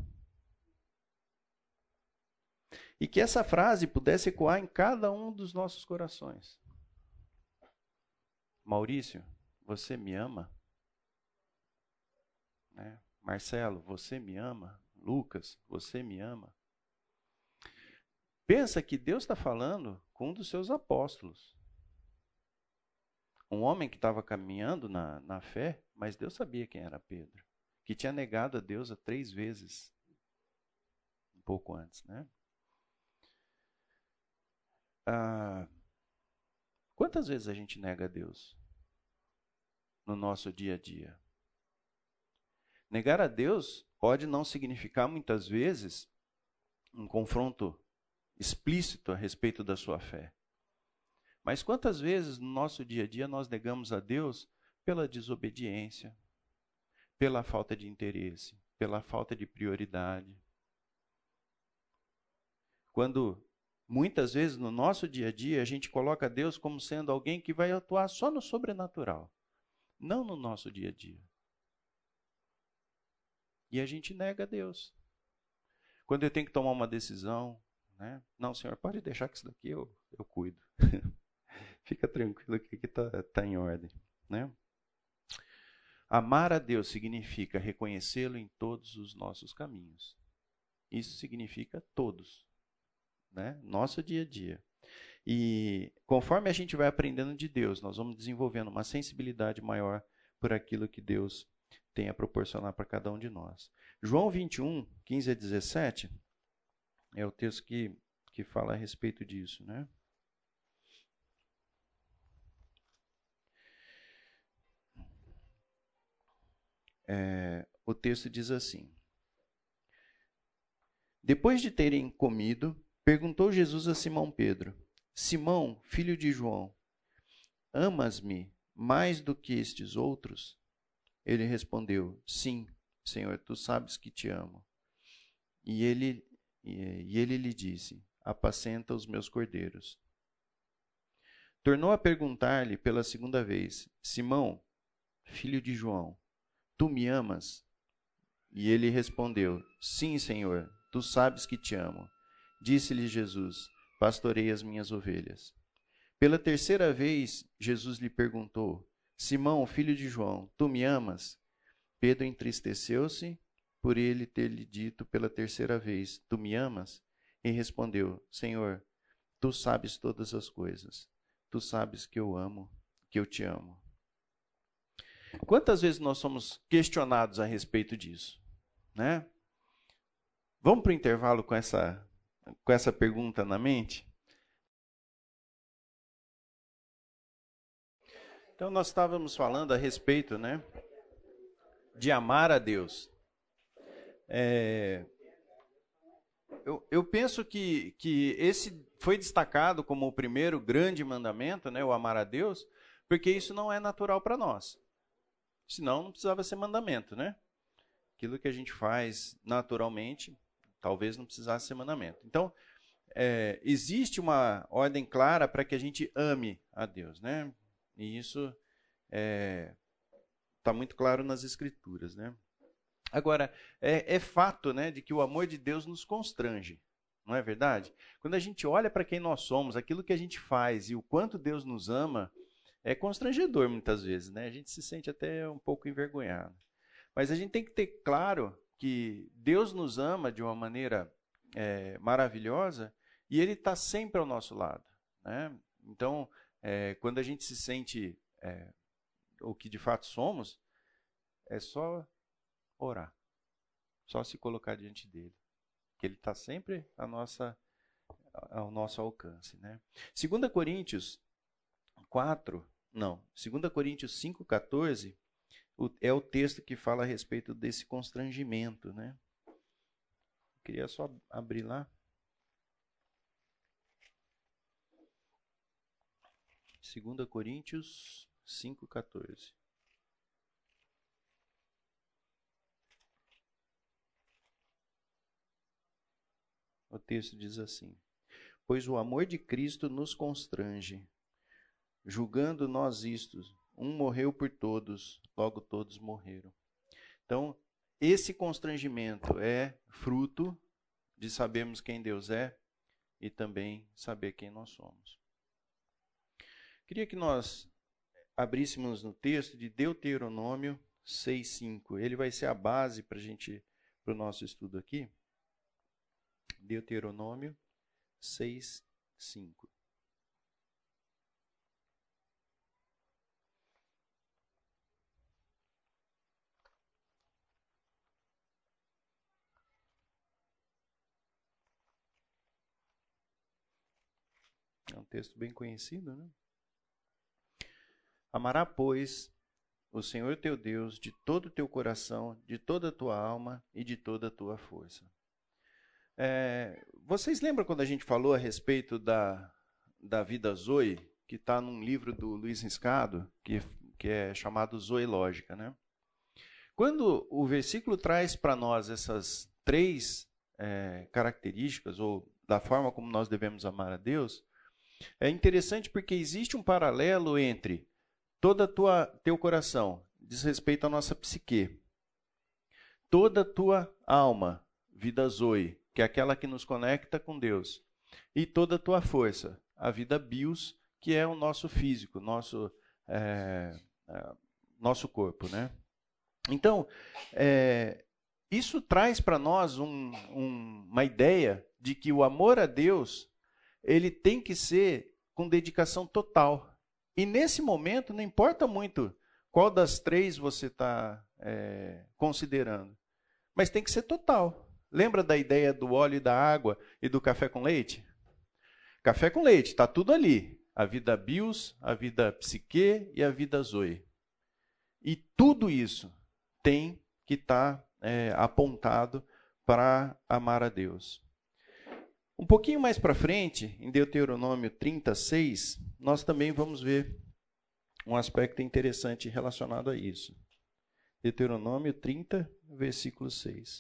E que essa frase pudesse ecoar em cada um dos nossos corações. Maurício, você me ama? Né? Marcelo, você me ama? Lucas, você me ama? Pensa que Deus está falando com um dos seus apóstolos. Um homem que estava caminhando na, na fé, mas Deus sabia quem era Pedro. Que tinha negado a Deus a três vezes. Um pouco antes, né? Ah, quantas vezes a gente nega a Deus no nosso dia a dia? Negar a Deus pode não significar muitas vezes um confronto explícito a respeito da sua fé. Mas quantas vezes no nosso dia a dia nós negamos a Deus pela desobediência, pela falta de interesse, pela falta de prioridade? Quando muitas vezes no nosso dia a dia a gente coloca Deus como sendo alguém que vai atuar só no sobrenatural, não no nosso dia a dia. E a gente nega a Deus. Quando eu tenho que tomar uma decisão, né? Não, Senhor, pode deixar que isso daqui eu, eu cuido. Fica tranquilo que aqui está tá em ordem. Né? Amar a Deus significa reconhecê-lo em todos os nossos caminhos. Isso significa todos. Né? Nosso dia a dia. E conforme a gente vai aprendendo de Deus, nós vamos desenvolvendo uma sensibilidade maior por aquilo que Deus tem a proporcionar para cada um de nós. João vinte e um, quinze a dezessete, é o texto que, que fala a respeito disso. Né? É, o texto diz assim: depois de terem comido, perguntou Jesus a Simão Pedro: Simão, filho de João, amas-me mais do que estes outros? Ele respondeu: sim, Senhor, tu sabes que te amo. E ele, e ele lhe disse: apacenta os meus cordeiros. Tornou a perguntar-lhe pela segunda vez: Simão, filho de João, tu me amas? E ele respondeu: sim, Senhor, tu sabes que te amo. Disse-lhe Jesus: pastorei as minhas ovelhas. Pela terceira vez, Jesus lhe perguntou: Simão, filho de João, tu me amas? Pedro entristeceu-se por ele ter lhe dito pela terceira vez: tu me amas? E respondeu: Senhor, tu sabes todas as coisas. Tu sabes que eu amo, que eu te amo. Quantas vezes nós somos questionados a respeito disso? Né? Vamos para o intervalo com essa, com essa pergunta na mente? Então, nós estávamos falando a respeito, né, de amar a Deus. É, eu, eu penso que, que esse foi destacado como o primeiro grande mandamento, né, o amar a Deus, porque isso não é natural para nós. Senão, não precisava ser mandamento, né? Aquilo que a gente faz naturalmente, talvez não precisasse ser mandamento. Então, é, existe uma ordem clara para que a gente ame a Deus, né? E isso está é, muito claro nas Escrituras, né? Agora, é, é fato, né, de que o amor de Deus nos constrange, não é verdade? Quando a gente olha para quem nós somos, aquilo que a gente faz e o quanto Deus nos ama, é constrangedor muitas vezes, né? A gente se sente até um pouco envergonhado. Mas a gente tem que ter claro que Deus nos ama de uma maneira é, maravilhosa e Ele está sempre ao nosso lado, né? Então, é, quando a gente se sente é, o que de fato somos, é só orar, só se colocar diante dele, que ele está sempre a nossa, ao nosso alcance, né? segunda Coríntios quatro, não, segunda Coríntios cinco, quatorze, é o texto que fala a respeito desse constrangimento, né? Eu queria só abrir lá. segunda Coríntios cinco, quatorze. O texto diz assim: pois o amor de Cristo nos constrange, julgando nós isto, um morreu por todos, logo todos morreram. Então, esse constrangimento é fruto de sabermos quem Deus é e também saber quem nós somos. Queria que nós abríssemos no texto de Deuteronômio seis, cinco. Ele vai ser a base para a gente, para o nosso estudo aqui. Deuteronômio seis, cinco. É um texto bem conhecido, né? Amará, pois, o Senhor teu Deus de todo o teu coração, de toda a tua alma e de toda a tua força. É, vocês lembram quando a gente falou a respeito da, da vida Zoe, que está num livro do Luiz Riscado, que, que é chamado Zoológica, né? Quando o versículo traz para nós essas três é, características, ou da forma como nós devemos amar a Deus, é interessante porque existe um paralelo entre todo a tua, teu coração, diz respeito à nossa psique, toda a tua alma, vida Zoe, que é aquela que nos conecta com Deus, e toda a tua força, a vida bios, que é o nosso físico, nosso, é, é, nosso corpo, né? Então, é, isso traz para nós um, um, uma ideia de que o amor a Deus, ele tem que ser com dedicação total. E nesse momento, não importa muito qual das três você está é, considerando, mas tem que ser total. Lembra da ideia do óleo e da água e do café com leite? Café com leite, está tudo ali. A vida bios, a vida psique e a vida zoe. E tudo isso tem que estar tá, é, apontado para amar a Deus. Um pouquinho mais para frente, em Deuteronômio trinta, seis, nós também vamos ver um aspecto interessante relacionado a isso. Deuteronômio trinta, versículo seis.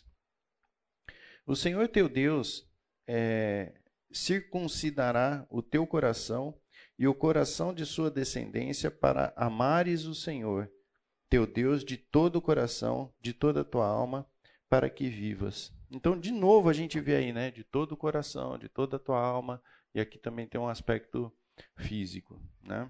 O Senhor teu Deus é, circuncidará o teu coração e o coração de sua descendência para amares o Senhor, teu Deus, de todo o coração, de toda a tua alma, para que vivas. Então, de novo, a gente vê aí, né? De todo o coração, de toda a tua alma, e aqui também tem um aspecto físico, né?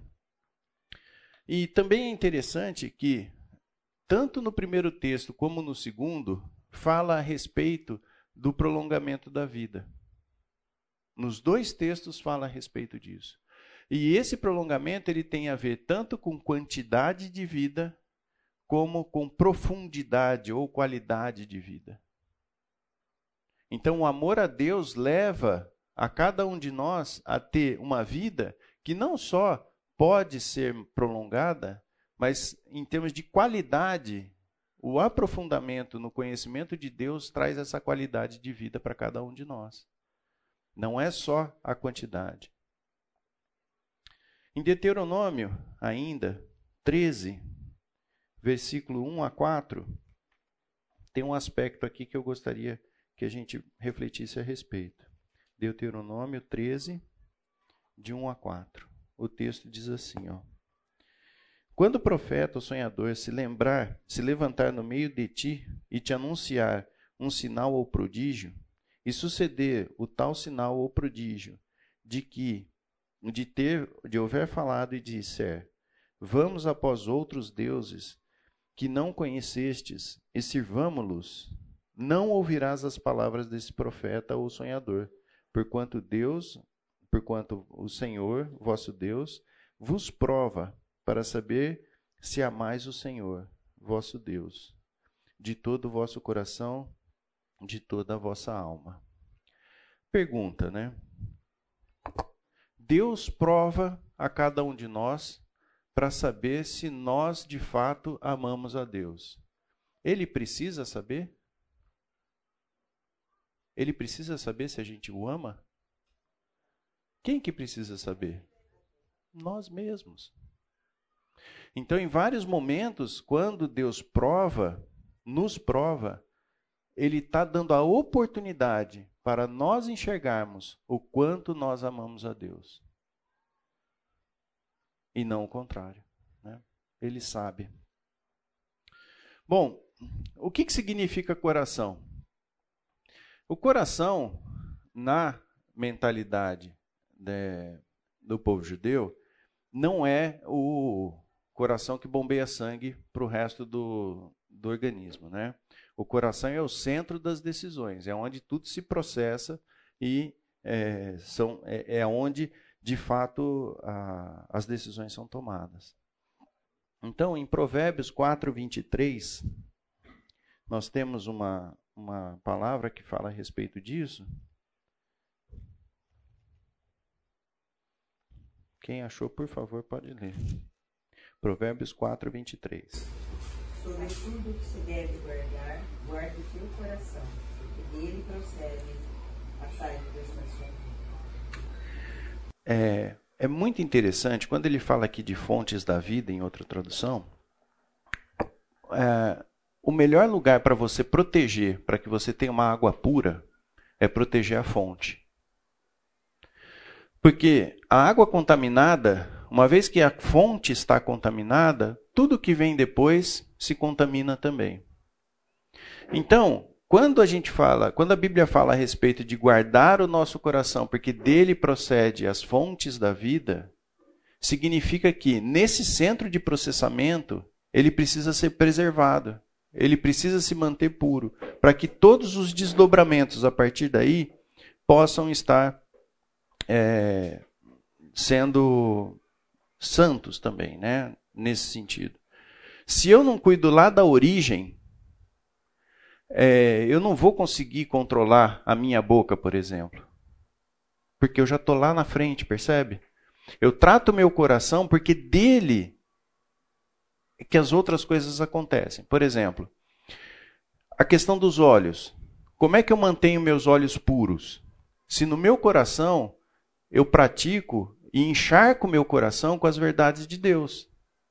E também é interessante que, tanto no primeiro texto como no segundo, fala a respeito do prolongamento da vida. Nos dois textos fala a respeito disso. E esse prolongamento ele tem a ver tanto com quantidade de vida, como com profundidade ou qualidade de vida. Então, o amor a Deus leva a cada um de nós a ter uma vida que não só pode ser prolongada, mas em termos de qualidade, o aprofundamento no conhecimento de Deus traz essa qualidade de vida para cada um de nós. Não é só a quantidade. Em Deuteronômio, ainda, treze, versículo um a quatro, tem um aspecto aqui que eu gostaria que a gente refletisse a respeito. Deuteronômio treze, de um a quatro. O texto diz assim, ó. Quando o profeta ou sonhador se lembrar, se levantar no meio de ti e te anunciar um sinal ou prodígio, e suceder o tal sinal ou prodígio, de que de ter de houver falado e disser, vamos após outros deuses que não conhecestes e sirvamo-los, não ouvirás as palavras desse profeta ou sonhador, porquanto Deus, porquanto o Senhor, vosso Deus, vos prova para saber se amais o Senhor, vosso Deus, de todo o vosso coração, de toda a vossa alma. Pergunta, né? Deus prova a cada um de nós para saber se nós de fato amamos a Deus. Ele precisa saber? Ele precisa saber se a gente o ama? Quem que precisa saber? Nós mesmos. Então, em vários momentos, quando Deus prova, nos prova, Ele está dando a oportunidade para nós enxergarmos o quanto nós amamos a Deus. E não o contrário, né? Ele sabe. Bom, o que, que significa coração? O coração, na mentalidade de, do povo judeu, não é o coração que bombeia sangue para o resto do, do organismo, né? O coração é o centro das decisões, é onde tudo se processa e é, são, é, é onde, de fato, a, as decisões são tomadas. Então, em Provérbios quatro, vinte e três, nós temos uma, uma palavra que fala a respeito disso. Quem achou, por favor, pode ler. Provérbios quatro, vinte e três. Sobre tudo que se deve guardar, guarde o teu coração, porque dele procede a saída das nações. É, é muito interessante, quando ele fala aqui de fontes da vida, em outra tradução, é, o melhor lugar para você proteger, para que você tenha uma água pura, é proteger a fonte. Porque a água contaminada, uma vez que a fonte está contaminada, tudo que vem depois se contamina também. Então, quando a gente fala, quando a Bíblia fala a respeito de guardar o nosso coração, porque dele procede as fontes da vida, significa que nesse centro de processamento, ele precisa ser preservado, ele precisa se manter puro, para que todos os desdobramentos a partir daí possam estar é, sendo santos também, né? Nesse sentido. Se eu não cuido lá da origem, é, eu não vou conseguir controlar a minha boca, por exemplo. Porque eu já estou lá na frente, percebe? Eu trato o meu coração porque dele é que as outras coisas acontecem. Por exemplo, a questão dos olhos. Como é que eu mantenho meus olhos puros? Se no meu coração eu pratico e encharco o meu coração com as verdades de Deus.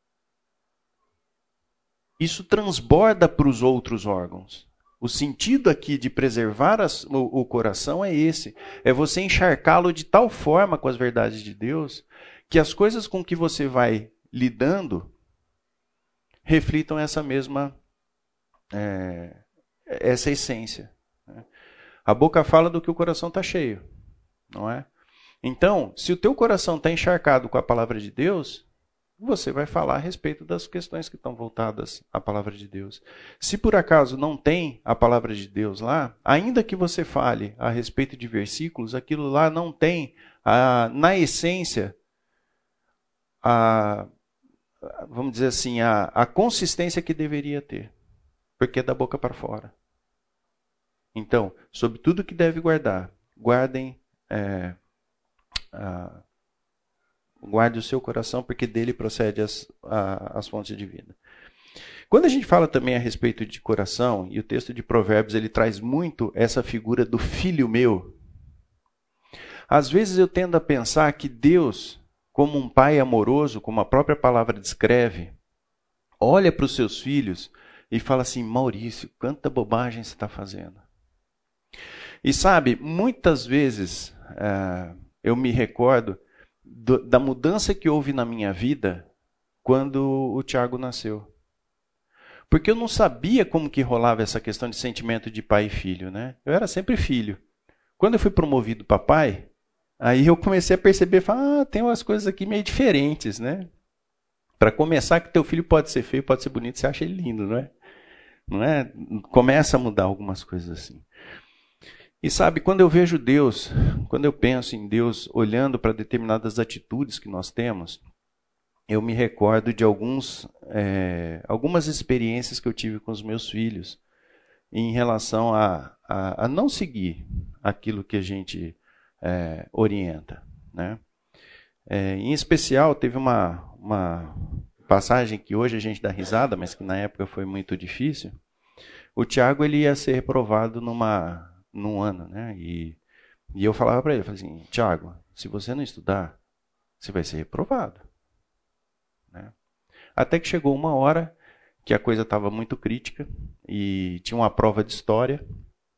Isso transborda para os outros órgãos. O sentido aqui de preservar as, o, o coração é esse. É você encharcá-lo de tal forma com as verdades de Deus que as coisas com que você vai lidando reflitam essa mesma é, essa essência. A boca fala do que o coração está cheio, não é? Então, se o teu coração está encharcado com a palavra de Deus, você vai falar a respeito das questões que estão voltadas à palavra de Deus. Se por acaso não tem a palavra de Deus lá, ainda que você fale a respeito de versículos, aquilo lá não tem, a, na essência, a, vamos dizer assim, a, a consistência que deveria ter, porque é da boca para fora. Então, sobre tudo que deve guardar, guardem... É, a, guarde o seu coração, porque dele procede as, a, as fontes de vida. Quando a gente fala também a respeito de coração, e o texto de Provérbios ele traz muito essa figura do filho meu, às vezes eu tendo a pensar que Deus, como um pai amoroso, como a própria palavra descreve, olha para os seus filhos e fala assim, Maurício, quanta bobagem você está fazendo. E sabe, muitas vezes uh, eu me recordo do, da mudança que houve na minha vida quando o Tiago nasceu. Porque eu não sabia como que rolava essa questão de sentimento de pai e filho, né? Eu era sempre filho. Quando eu fui promovido para pai, aí eu comecei a perceber, falar, ah, tem umas coisas aqui meio diferentes, né? Para começar, que teu filho pode ser feio, pode ser bonito, você acha ele lindo, não é? Não é? Começa a mudar algumas coisas assim. E sabe, quando eu vejo Deus, quando eu penso em Deus olhando para determinadas atitudes que nós temos, eu me recordo de alguns, é, algumas experiências que eu tive com os meus filhos em relação a, a, a não seguir aquilo que a gente é, orienta, né? É, em especial, teve uma, uma passagem que hoje a gente dá risada, mas que na época foi muito difícil. O Tiago ele ia ser reprovado numa, num ano, né? E, e eu falava para ele, eu falei assim, Tiago, se você não estudar, você vai ser reprovado. Né? Até que chegou uma hora que a coisa estava muito crítica e tinha uma prova de história.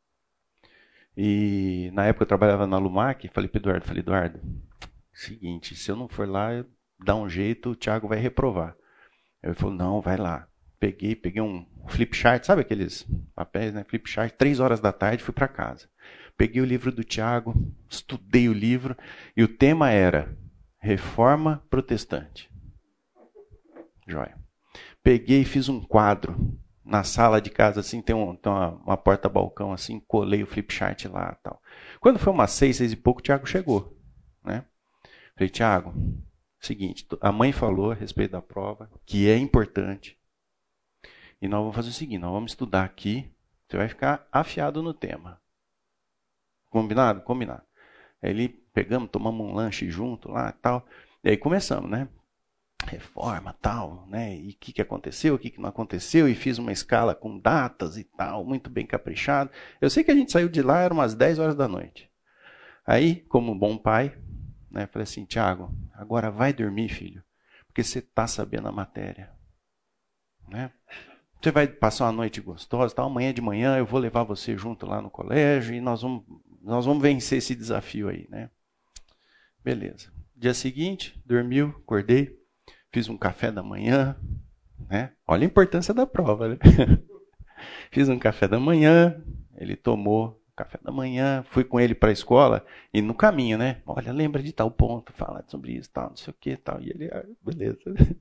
E na época eu trabalhava na Lumac, falei para o Eduardo, falei, Eduardo, seguinte, se eu não for lá, dá um jeito, o Tiago vai reprovar. Ele falou, não, vai lá. Peguei, peguei um flip chart, sabe aqueles papéis, né? Flip chart, três horas da tarde, fui para casa. Peguei o livro do Tiago, estudei o livro, e o tema era Reforma Protestante. Joia. Peguei e fiz um quadro na sala de casa, assim, tem, um, tem uma, uma porta-balcão, assim, colei o flip chart lá e tal. Quando foi umas seis, seis e pouco, o Tiago chegou, né? Falei, Tiago, seguinte, a mãe falou a respeito da prova, que é importante, e nós vamos fazer o seguinte, nós vamos estudar aqui, você vai ficar afiado no tema. Combinado? Combinado. Aí ele, pegamos, tomamos um lanche junto lá e tal, e aí começamos, né? Reforma, tal, né? E o que, que aconteceu, o que, que não aconteceu, e fiz uma escala com datas e tal, muito bem caprichado. Eu sei que a gente saiu de lá, eram umas dez horas da noite. Aí, como bom pai, né, falei assim, Tiago, agora vai dormir, filho, porque você está sabendo a matéria. Né? Você vai passar uma noite gostosa, tal, amanhã de manhã eu vou levar você junto lá no colégio e nós vamos, nós vamos vencer esse desafio aí. Né? Beleza. Dia seguinte, dormiu, acordei, fiz um café da manhã. Né? Olha a importância da prova. Né? Fiz um café da manhã, ele tomou café da manhã, fui com ele para a escola e no caminho, né? Olha, lembra de tal ponto, fala sobre isso, tal, não sei o que, tal. E ele, ah, beleza.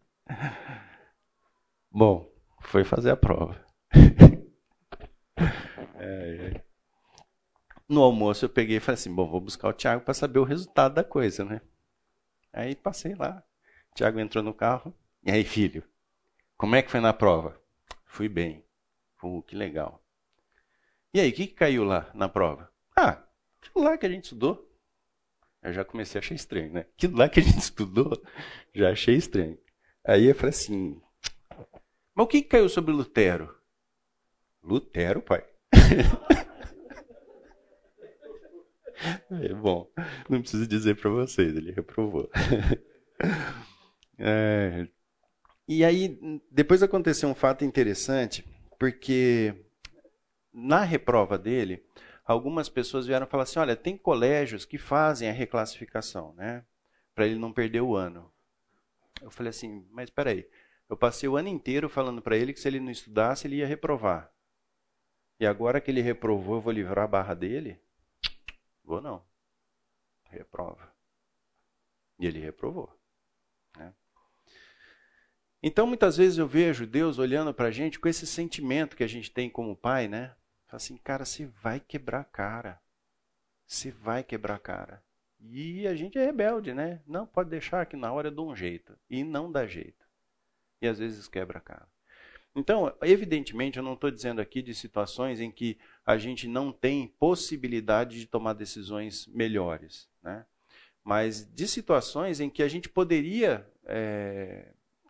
Bom, foi fazer a prova. é, é. No almoço eu peguei e falei assim, bom, vou buscar o Tiago para saber o resultado da coisa, né? Aí passei lá, o Tiago entrou no carro, e aí, filho, como é que foi na prova? Fui bem. Pô, que legal. E aí, o que, que caiu lá na prova? Ah, aquilo lá que a gente estudou. Eu já comecei a achar estranho, né? Aquilo lá que a gente estudou, já achei estranho. Aí eu falei assim, mas o que, que caiu sobre Lutero? Lutero, pai? É, bom, não preciso dizer para vocês, ele reprovou. É, e aí, depois aconteceu um fato interessante, porque na reprova dele, algumas pessoas vieram falar assim, olha, tem colégios que fazem a reclassificação, né? Para ele não perder o ano. Eu falei assim, mas espera aí, eu passei o ano inteiro falando para ele que se ele não estudasse, ele ia reprovar. E agora que ele reprovou, eu vou livrar a barra dele? Vou não. Reprova. E ele reprovou. Né? Então, muitas vezes eu vejo Deus olhando para a gente com esse sentimento que a gente tem como pai, né? Fala assim, cara, você vai quebrar a cara. Você vai quebrar a cara. E a gente é rebelde, né? Não, pode deixar que na hora eu dou um jeito. E não dá jeito. E às vezes quebra a cara. Então, evidentemente, eu não estou dizendo aqui de situações em que a gente não tem possibilidade de tomar decisões melhores, né? Mas de situações em que a gente poderia é,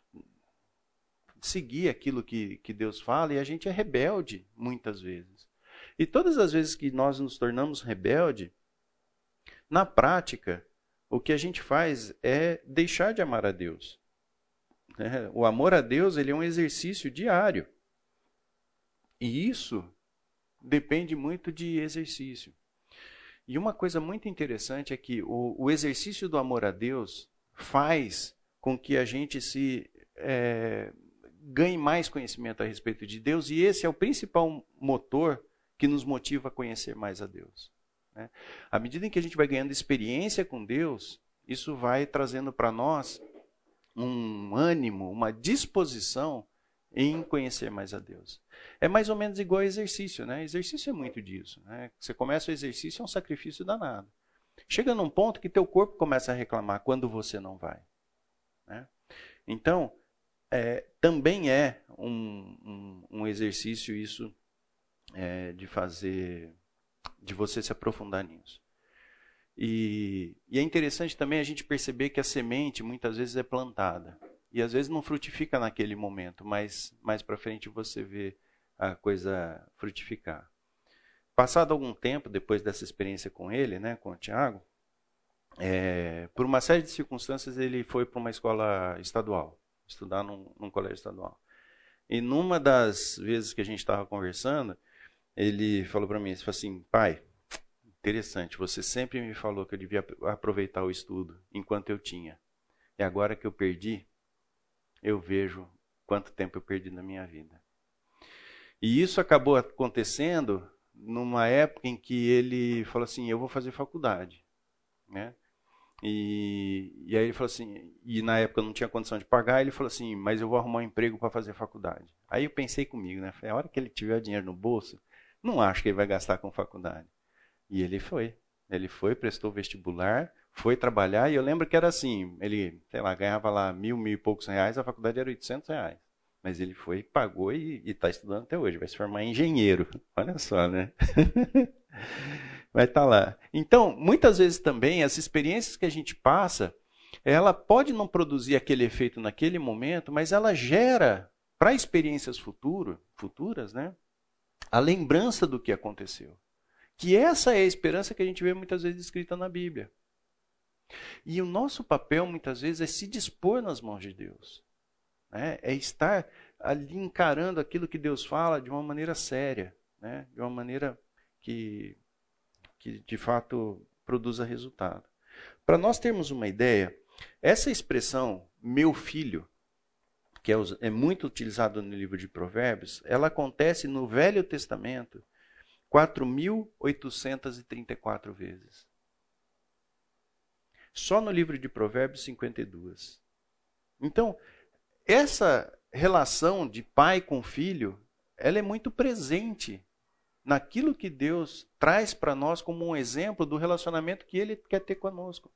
seguir aquilo que, que Deus fala e a gente é rebelde muitas vezes. E todas as vezes que nós nos tornamos rebelde, na prática, o que a gente faz é deixar de amar a Deus. É, o amor a Deus ele é um exercício diário. E isso depende muito de exercício. E uma coisa muito interessante é que o, o exercício do amor a Deus faz com que a gente se é, ganhe mais conhecimento a respeito de Deus, e esse é o principal motor que nos motiva a conhecer mais a Deus. Né? À medida em que a gente vai ganhando experiência com Deus, isso vai trazendo para nós um ânimo, uma disposição em conhecer mais a Deus. É mais ou menos igual ao exercício, né? Exercício é muito disso, né? Você começa o exercício, é um sacrifício danado. Chega num ponto que teu corpo começa a reclamar quando você não vai. Né? Então, é, também é um, um, um exercício isso é, de fazer, de você se aprofundar nisso. E, e é interessante também a gente perceber que a semente muitas vezes é plantada. E às vezes não frutifica naquele momento, mas mais para frente você vê a coisa frutificar. Passado algum tempo, depois dessa experiência com ele, né, com o Tiago, é, por uma série de circunstâncias ele foi para uma escola estadual, estudar num, num colégio estadual. E numa das vezes que a gente estava conversando, ele falou para mim, ele falou assim, pai, interessante, você sempre me falou que eu devia aproveitar o estudo enquanto eu tinha. E agora que eu perdi, eu vejo quanto tempo eu perdi na minha vida. E isso acabou acontecendo numa época em que ele falou assim, eu vou fazer faculdade. Né? E, e aí ele falou assim, e na época eu não tinha condição de pagar, ele falou assim, mas eu vou arrumar um emprego para fazer faculdade. Aí eu pensei comigo, né? Falei, a hora que ele tiver dinheiro no bolso, não acho que ele vai gastar com faculdade. E ele foi. Ele foi, prestou vestibular, foi trabalhar, e eu lembro que era assim, ele, sei lá, ganhava lá mil, mil e poucos reais, a faculdade era oitocentos reais. Mas ele foi, pagou e está estudando até hoje, vai se formar em engenheiro. Olha só, né? Vai estar tá lá. Então, muitas vezes também, as experiências que a gente passa, ela pode não produzir aquele efeito naquele momento, mas ela gera, para experiências futuro, futuras, né, a lembrança do que aconteceu. Que essa é a esperança que a gente vê muitas vezes escrita na Bíblia. E o nosso papel, muitas vezes, é se dispor nas mãos de Deus. Né? É estar ali encarando aquilo que Deus fala de uma maneira séria, né? De uma maneira que, que, de fato, produza resultado. Para nós termos uma ideia, essa expressão, meu filho, que é, é muito utilizada no livro de Provérbios, ela acontece no Velho Testamento quatro mil oitocentas e trinta e quatro vezes. Só no livro de Provérbios, cinquenta e duas. Então, essa relação de pai com filho, ela é muito presente naquilo que Deus traz para nós como um exemplo do relacionamento que Ele quer ter conosco.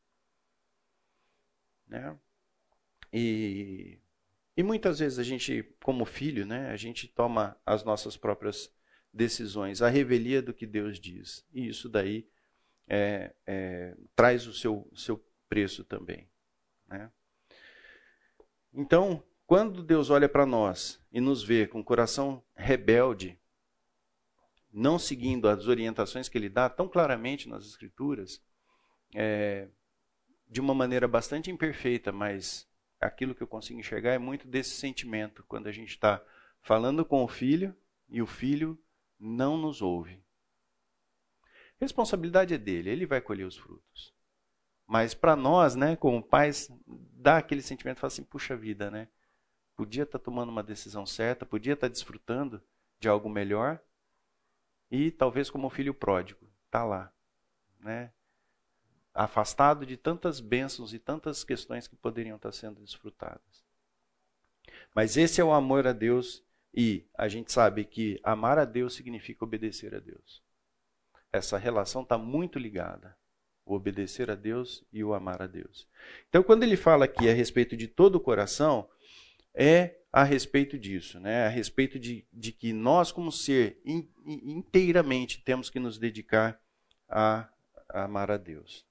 Né? E, e muitas vezes a gente, como filho, né, a gente toma as nossas próprias decisões, a revelia do que Deus diz. E isso daí é, é, traz o seu, seu preço também. Né? Então, quando Deus olha para nós e nos vê com o coração rebelde, não seguindo as orientações que Ele dá tão claramente nas Escrituras, é, de uma maneira bastante imperfeita, mas aquilo que eu consigo enxergar é muito desse sentimento, quando a gente está falando com o filho e o filho não nos ouve. A responsabilidade é dele, ele vai colher os frutos. Mas para nós, né, como pais, dá aquele sentimento, fala assim, puxa vida, né? Podia estar tomando uma decisão certa, podia estar desfrutando de algo melhor, e talvez como filho pródigo, está lá, né? Afastado de tantas bênçãos e tantas questões que poderiam estar sendo desfrutadas. Mas esse é o amor a Deus, e a gente sabe que amar a Deus significa obedecer a Deus. Essa relação está muito ligada, o obedecer a Deus e o amar a Deus. Então, quando ele fala aqui a respeito de todo o coração, é a respeito disso, né? A respeito de, de que nós, como ser, in, inteiramente temos que nos dedicar a, a amar a Deus.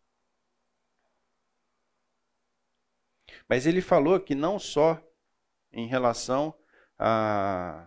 Mas ele falou que não só em relação a...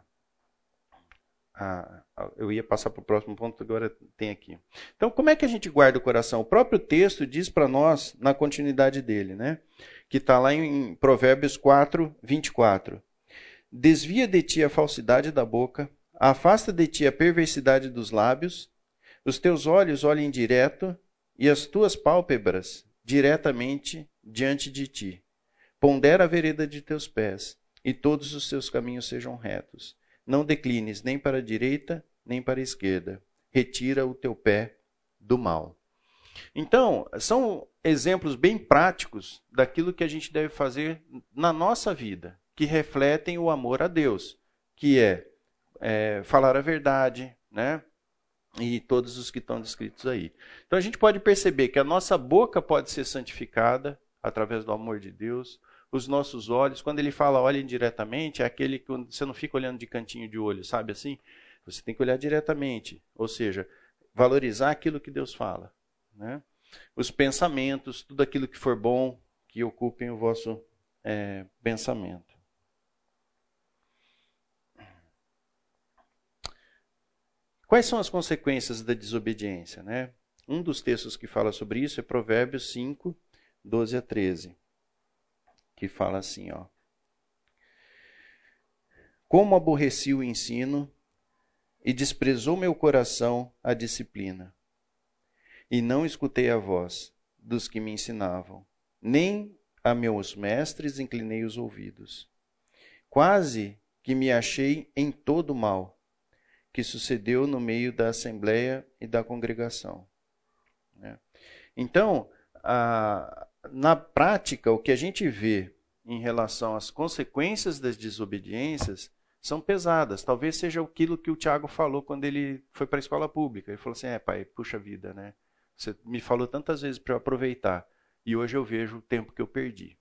a, a eu ia passar para o próximo ponto, agora tem aqui. Então, como é que a gente guarda o coração? O próprio texto diz para nós, na continuidade dele, né? Que está lá em Provérbios quatro, vinte e quatro. Desvia de ti a falsidade da boca, afasta de ti a perversidade dos lábios, os teus olhos olhem direto e as tuas pálpebras diretamente diante de ti. Pondera a vereda de teus pés, e todos os teus caminhos sejam retos. Não declines nem para a direita, nem para a esquerda. Retira o teu pé do mal. Então, são exemplos bem práticos daquilo que a gente deve fazer na nossa vida, que refletem o amor a Deus, que é, é falar a verdade, né? E todos os que estão descritos aí. Então, a gente pode perceber que a nossa boca pode ser santificada através do amor de Deus. Os nossos olhos, quando ele fala olhem diretamente, é aquele que você não fica olhando de cantinho de olho, sabe assim? Você tem que olhar diretamente, ou seja, valorizar aquilo que Deus fala, né? Os pensamentos, tudo aquilo que for bom, que ocupem o vosso é, pensamento. Quais são as consequências da desobediência, né? Um dos textos que fala sobre isso é Provérbios cinco, doze a treze. Que fala assim, ó. Como aborreci o ensino e desprezou meu coração a disciplina. E não escutei a voz dos que me ensinavam, nem a meus mestres inclinei os ouvidos. Quase que me achei em todo mal, que sucedeu no meio da assembleia e da congregação. Então, a... na prática, o que a gente vê em relação às consequências das desobediências são pesadas. Talvez seja aquilo que o Tiago falou quando ele foi para a escola pública. Ele falou assim, é pai, puxa vida, né? Você me falou tantas vezes para eu aproveitar e hoje eu vejo o tempo que eu perdi.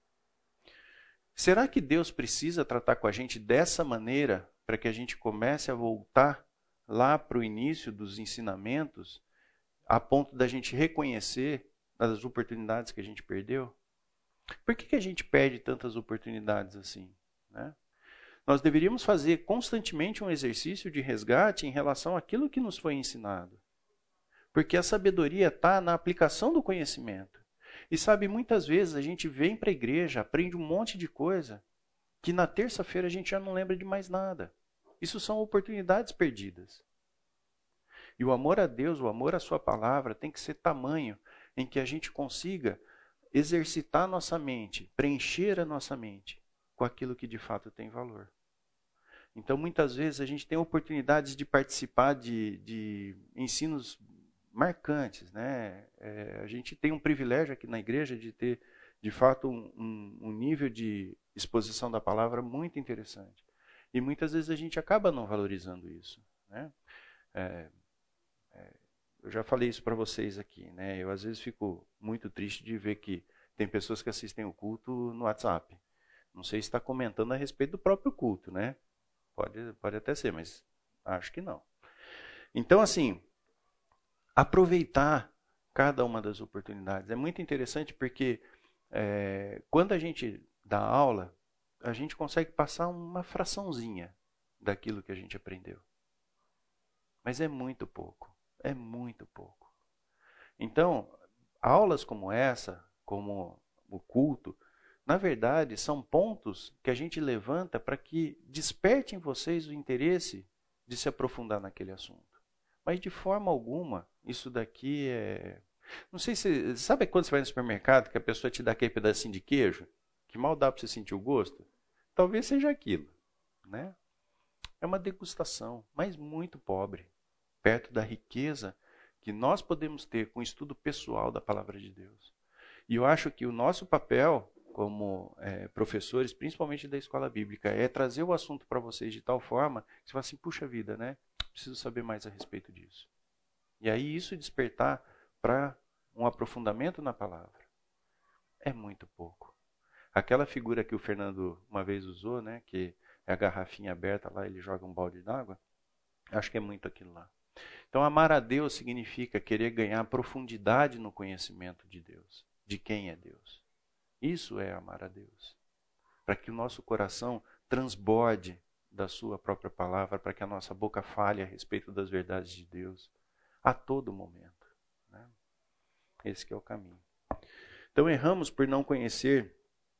Será que Deus precisa tratar com a gente dessa maneira para que a gente comece a voltar lá para o início dos ensinamentos a ponto da gente reconhecer das oportunidades que a gente perdeu? Por que, que a gente perde tantas oportunidades assim, né? Nós deveríamos fazer constantemente um exercício de resgate em relação àquilo que nos foi ensinado. Porque a sabedoria está na aplicação do conhecimento. E sabe, muitas vezes a gente vem para a igreja, aprende um monte de coisa, que na terça-feira a gente já não lembra de mais nada. Isso são oportunidades perdidas. E o amor a Deus, o amor à sua palavra tem que ser tamanho em que a gente consiga exercitar a nossa mente, preencher a nossa mente com aquilo que de fato tem valor. Então, muitas vezes, a gente tem oportunidades de participar de, de ensinos marcantes, né? É, a gente tem um privilégio aqui na igreja de ter, de fato, um, um, um nível de exposição da palavra muito interessante. E muitas vezes a gente acaba não valorizando isso, né? É, é, eu já falei isso para vocês aqui, né? Eu às vezes fico muito triste de ver que tem pessoas que assistem o culto no WhatsApp. Não sei se está comentando a respeito do próprio culto, né? Pode, pode até ser, mas acho que não. Então, assim, aproveitar cada uma das oportunidades. É muito interessante porque é, quando a gente dá aula, a gente consegue passar uma fraçãozinha daquilo que a gente aprendeu. Mas é muito pouco. É muito pouco. Então, aulas como essa, como o culto, na verdade, são pontos que a gente levanta para que desperte em vocês o interesse de se aprofundar naquele assunto. Mas, de forma alguma, isso daqui é... Não sei se... Sabe quando você vai no supermercado que a pessoa te dá aquele pedacinho de queijo? Que mal dá para você sentir o gosto? Talvez seja aquilo, né? É uma degustação, mas muito pobre, perto da riqueza que nós podemos ter com o estudo pessoal da palavra de Deus. E eu acho que o nosso papel como é, professores, principalmente da escola bíblica, é trazer o assunto para vocês de tal forma que você fala assim, puxa vida, né? Preciso saber mais a respeito disso. E aí isso despertar para um aprofundamento na palavra. É muito pouco. Aquela figura que o Fernando uma vez usou, né? Que é a garrafinha aberta lá, ele joga um balde d'água. Acho que é muito aquilo lá. Então, amar a Deus significa querer ganhar profundidade no conhecimento de Deus, de quem é Deus. Isso é amar a Deus. Para que o nosso coração transborde da sua própria palavra, para que a nossa boca fale a respeito das verdades de Deus a todo momento, né? Esse que é o caminho. Então, erramos por não conhecer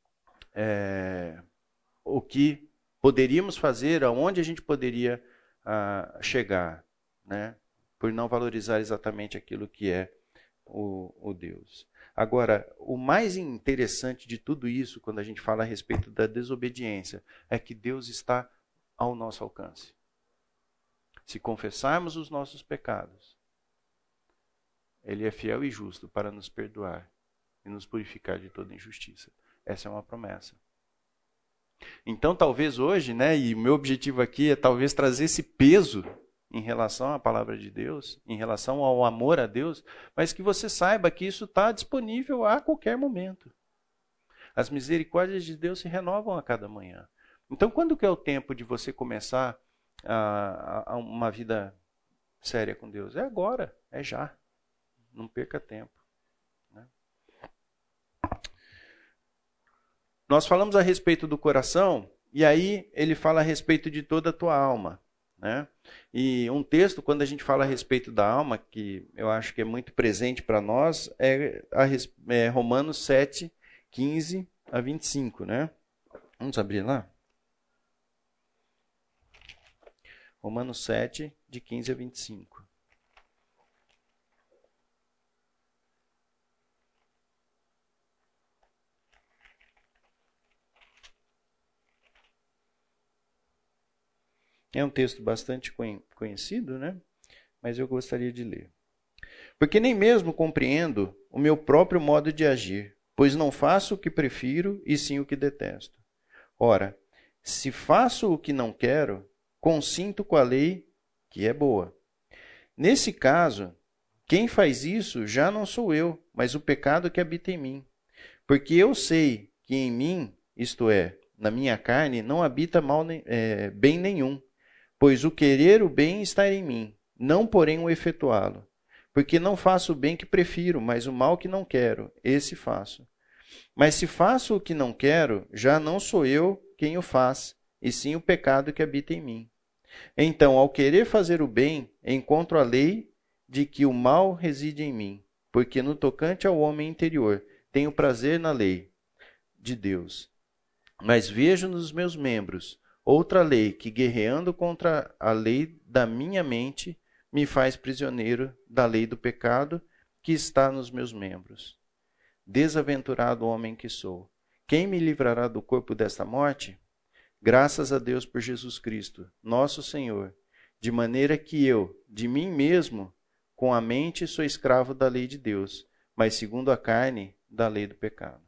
é, o que poderíamos fazer, aonde a gente poderia ah, chegar, né? Por não valorizar exatamente aquilo que é o, o Deus. Agora, o mais interessante de tudo isso, quando a gente fala a respeito da desobediência, é que Deus está ao nosso alcance. Se confessarmos os nossos pecados, Ele é fiel e justo para nos perdoar e nos purificar de toda injustiça. Essa é uma promessa. Então, talvez hoje, né, e o meu objetivo aqui é talvez trazer esse peso em relação à palavra de Deus, em relação ao amor a Deus, mas que você saiba que isso está disponível a qualquer momento. As misericórdias de Deus se renovam a cada manhã. Então, quando que é o tempo de você começar a, a uma vida séria com Deus? É agora, é já. Não perca tempo. Né? Nós falamos a respeito do coração, e aí ele fala a respeito de toda a tua alma. Né? E um texto, quando a gente fala a respeito da alma, que eu acho que é muito presente para nós, é, a, é Romanos sete, quinze a vinte e cinco. Né? Vamos abrir lá? Romanos sete, de quinze a vinte e cinco. É um texto bastante conhecido, né? Mas eu gostaria de ler. Porque nem mesmo compreendo o meu próprio modo de agir, pois não faço o que prefiro e sim o que detesto. Ora, se faço o que não quero, consinto com a lei que é boa. Nesse caso, quem faz isso já não sou eu, mas o pecado que habita em mim. Porque eu sei que em mim, isto é, na minha carne, não habita mal, é, bem nenhum. Pois o querer o bem está em mim, não porém o efetuá-lo. Porque não faço o bem que prefiro, mas o mal que não quero, esse faço. Mas se faço o que não quero, já não sou eu quem o faz, e sim o pecado que habita em mim. Então, ao querer fazer o bem, encontro a lei de que o mal reside em mim, porque no tocante ao homem interior, tenho prazer na lei de Deus. Mas vejo nos meus membros outra lei que, guerreando contra a lei da minha mente, me faz prisioneiro da lei do pecado que está nos meus membros. Desaventurado homem que sou, quem me livrará do corpo desta morte? Graças a Deus por Jesus Cristo, nosso Senhor, de maneira que eu, de mim mesmo, com a mente sou escravo da lei de Deus, mas segundo a carne, da lei do pecado.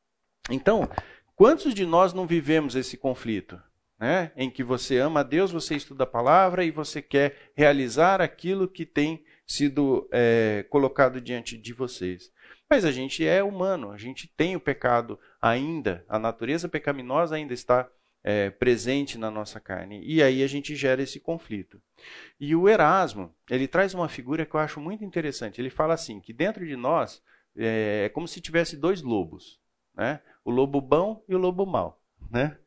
Então, quantos de nós não vivemos esse conflito? Né? Em que você ama a Deus, você estuda a palavra e você quer realizar aquilo que tem sido é, colocado diante de vocês. Mas a gente é humano, a gente tem o pecado ainda, a natureza pecaminosa ainda está é, presente na nossa carne. E aí a gente gera esse conflito. E o Erasmo, ele traz uma figura que eu acho muito interessante. Ele fala assim, que dentro de nós é, é como se tivesse dois lobos. Né? O lobo bom e o lobo mau. Né?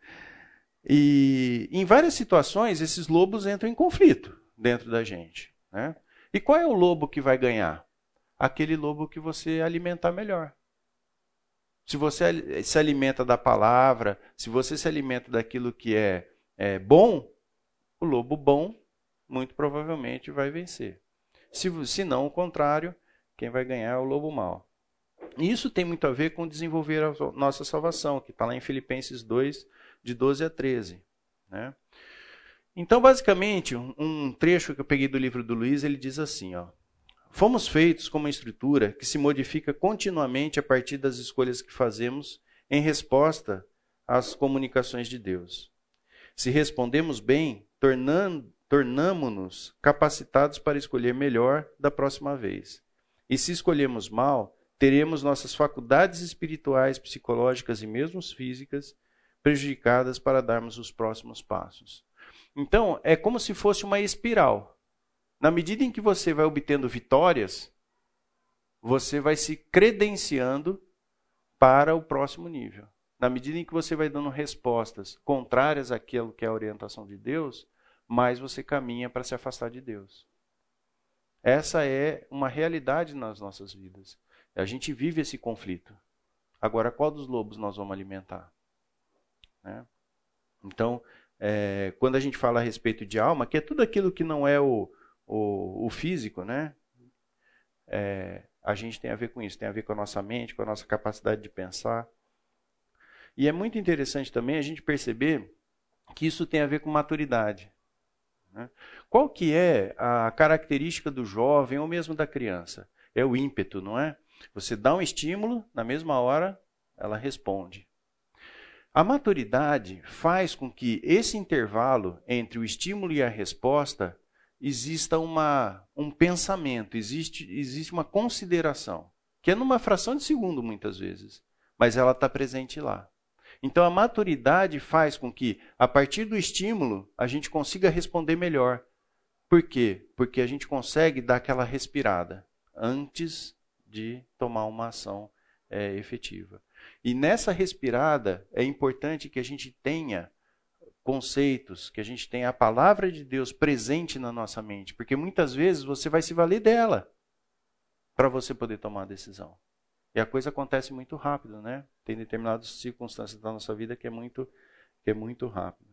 E em várias situações, esses lobos entram em conflito dentro da gente. Né? E qual é o lobo que vai ganhar? Aquele lobo que você alimentar melhor. Se você se alimenta da palavra, se você se alimenta daquilo que é, é bom, o lobo bom muito provavelmente vai vencer. Se, se não, o contrário, quem vai ganhar é o lobo mau. E isso tem muito a ver com desenvolver a nossa salvação, que está lá em Filipenses dois, de doze a treze. Né? Então, basicamente, um trecho que eu peguei do livro do Luiz, ele diz assim, ó, fomos feitos com uma estrutura que se modifica continuamente a partir das escolhas que fazemos em resposta às comunicações de Deus. Se respondemos bem, tornamo-nos capacitados para escolher melhor da próxima vez. E se escolhermos mal, teremos nossas faculdades espirituais, psicológicas e mesmo físicas prejudicadas para darmos os próximos passos. Então, é como se fosse uma espiral. Na medida em que você vai obtendo vitórias, você vai se credenciando para o próximo nível. Na medida em que você vai dando respostas contrárias àquilo que é a orientação de Deus, mais você caminha para se afastar de Deus. Essa é uma realidade nas nossas vidas. A gente vive esse conflito. Agora, qual dos lobos nós vamos alimentar? Né? Então, é, quando a gente fala a respeito de alma, que é tudo aquilo que não é o, o, o físico, né? É, a gente tem a ver com isso, tem a ver com a nossa mente, com a nossa capacidade de pensar. E é muito interessante também a gente perceber que isso tem a ver com maturidade. Né? Qual que é a característica do jovem ou mesmo da criança? É o ímpeto, não é? Você dá um estímulo, na mesma hora ela responde. A maturidade faz com que esse intervalo entre o estímulo e a resposta exista uma, um pensamento, existe, existe uma consideração, que é numa fração de segundo muitas vezes, mas ela está presente lá. Então a maturidade faz com que, a partir do estímulo, a gente consiga responder melhor. Por quê? Porque a gente consegue dar aquela respirada antes de tomar uma ação é, efetiva. E nessa respirada é importante que a gente tenha conceitos, que a gente tenha a palavra de Deus presente na nossa mente, porque muitas vezes você vai se valer dela para você poder tomar a decisão. E a coisa acontece muito rápido, né? Tem determinadas circunstâncias da nossa vida que é muito, que é muito rápido.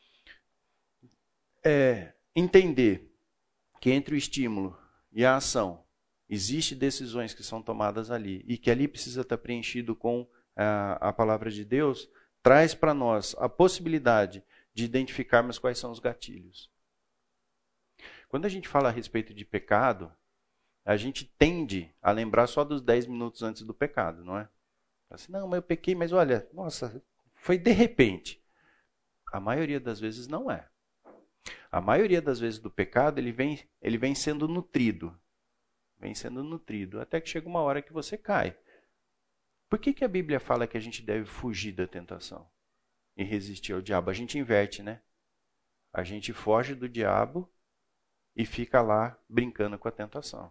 É, entender que entre o estímulo e a ação existem decisões que são tomadas ali e que ali precisa estar preenchido com a, a palavra de Deus, traz para nós a possibilidade de identificarmos quais são os gatilhos. Quando a gente fala a respeito de pecado, a gente tende a lembrar só dos dez minutos antes do pecado, não é? Assim, não, mas eu pequei, mas olha, nossa, foi de repente. A maioria das vezes não é. A maioria das vezes do pecado, ele vem, ele vem sendo nutrido. Vem sendo nutrido, até que chega uma hora que você cai. Por que que a Bíblia fala que a gente deve fugir da tentação e resistir ao diabo? A gente inverte, né? A gente foge do diabo e fica lá brincando com a tentação.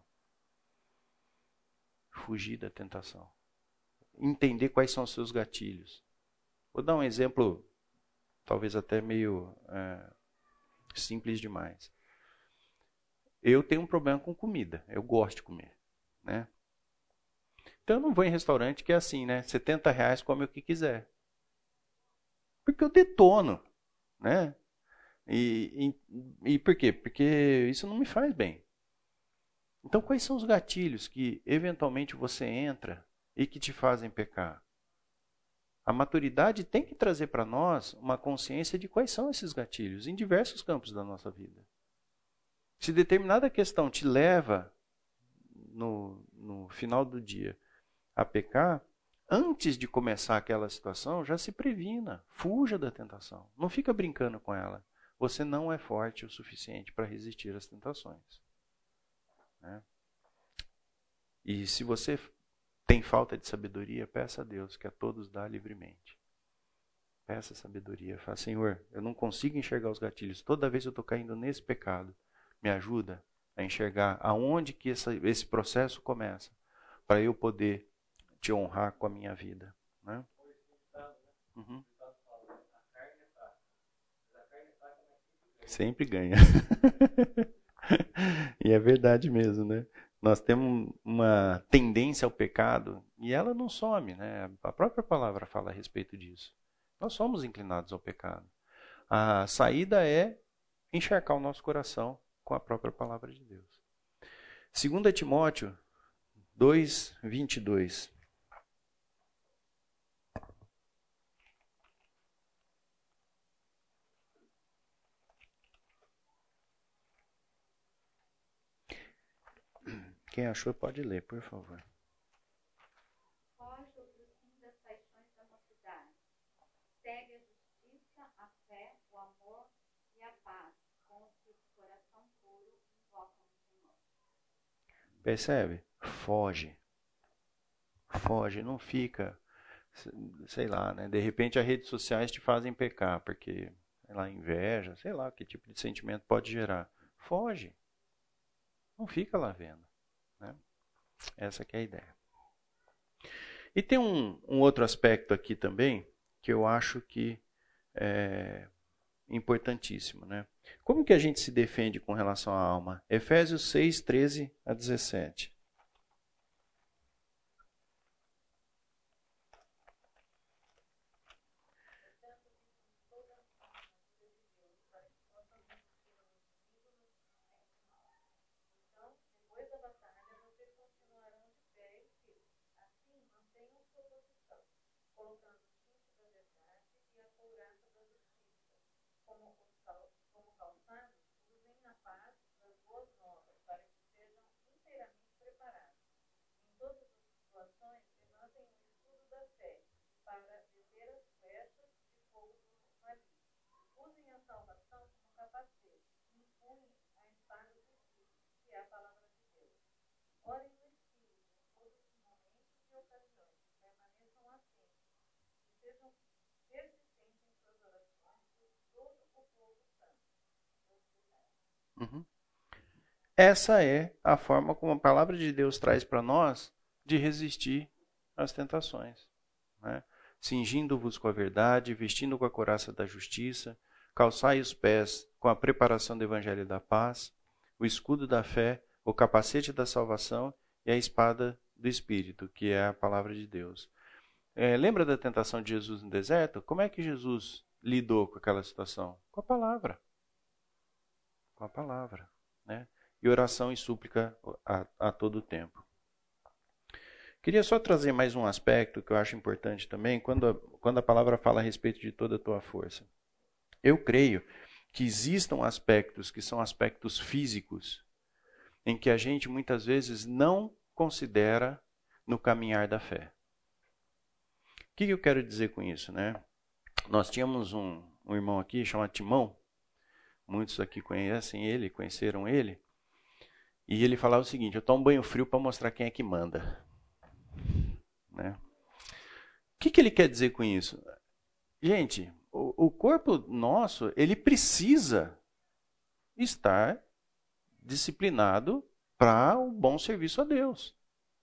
Fugir da tentação. Entender quais são os seus gatilhos. Vou dar um exemplo, talvez até meio é, simples demais. Eu tenho um problema com comida. Eu gosto de comer, né? Então eu não vou em restaurante que é assim, né? setenta reais, come o que quiser. Porque eu detono, né? E, e, e por quê? Porque isso não me faz bem. Então quais são os gatilhos que eventualmente você entra e que te fazem pecar? A maturidade tem que trazer para nós uma consciência de quais são esses gatilhos em diversos campos da nossa vida. Se determinada questão te leva no, no final do dia a pecar, antes de começar aquela situação, já se previna, fuja da tentação. Não fica brincando com ela. Você não é forte o suficiente para resistir às tentações. Né? E se você tem falta de sabedoria, peça a Deus, que a todos dá livremente. Peça sabedoria. Fala, Senhor, eu não consigo enxergar os gatilhos. Toda vez eu estou caindo nesse pecado. Me ajuda a enxergar aonde que essa, esse processo começa, para eu poder te honrar com a minha vida. Né? Uhum. Sempre ganha. E é verdade mesmo, né? Nós temos uma tendência ao pecado e ela não some, né? A própria palavra fala a respeito disso. Nós somos inclinados ao pecado. A saída é encharcar o nosso coração com a própria palavra de Deus. Segunda Timóteo dois, vinte e dois. Quem achou pode ler, por favor. Foge do fim das paixões da mocidade. Segue a justiça, a fé, o amor e a paz, com os que de coração puro invocam o Senhor. Percebe? Foge. Foge, não fica, sei lá, né? De repente as redes sociais te fazem pecar, porque, sei lá, inveja, sei lá, que tipo de sentimento pode gerar. Foge. Não fica lá vendo. Né? Essa que é a ideia. E tem um, um outro aspecto aqui também, que eu acho que é importantíssimo. Né? Como que a gente se defende com relação à alma? Efésios seis, treze a dezessete. Uhum. Essa é a forma como a palavra de Deus traz para nós de resistir às tentações, né? Cingindo-vos com a verdade, vestindo com a couraça da justiça, calçai os pés com a preparação do evangelho da paz, o escudo da fé, o capacete da salvação e a espada do Espírito, que é a palavra de Deus. É, lembra da tentação de Jesus no deserto? Como é que Jesus lidou com aquela situação? Com a palavra. Com a palavra, né? E oração e súplica a, a todo tempo. Queria só trazer mais um aspecto que eu acho importante também, quando a, quando a palavra fala a respeito de toda a tua força. Eu creio que existam aspectos que são aspectos físicos, em que a gente muitas vezes não considera no caminhar da fé. O que eu quero dizer com isso, né? Nós tínhamos um, um irmão aqui chamado Timão, muitos aqui conhecem ele, conheceram ele, e ele falava o seguinte: eu tomo banho frio para mostrar quem é que manda. Né? O que, que ele quer dizer com isso? Gente, o, o corpo nosso, ele precisa estar disciplinado para o bom serviço a Deus.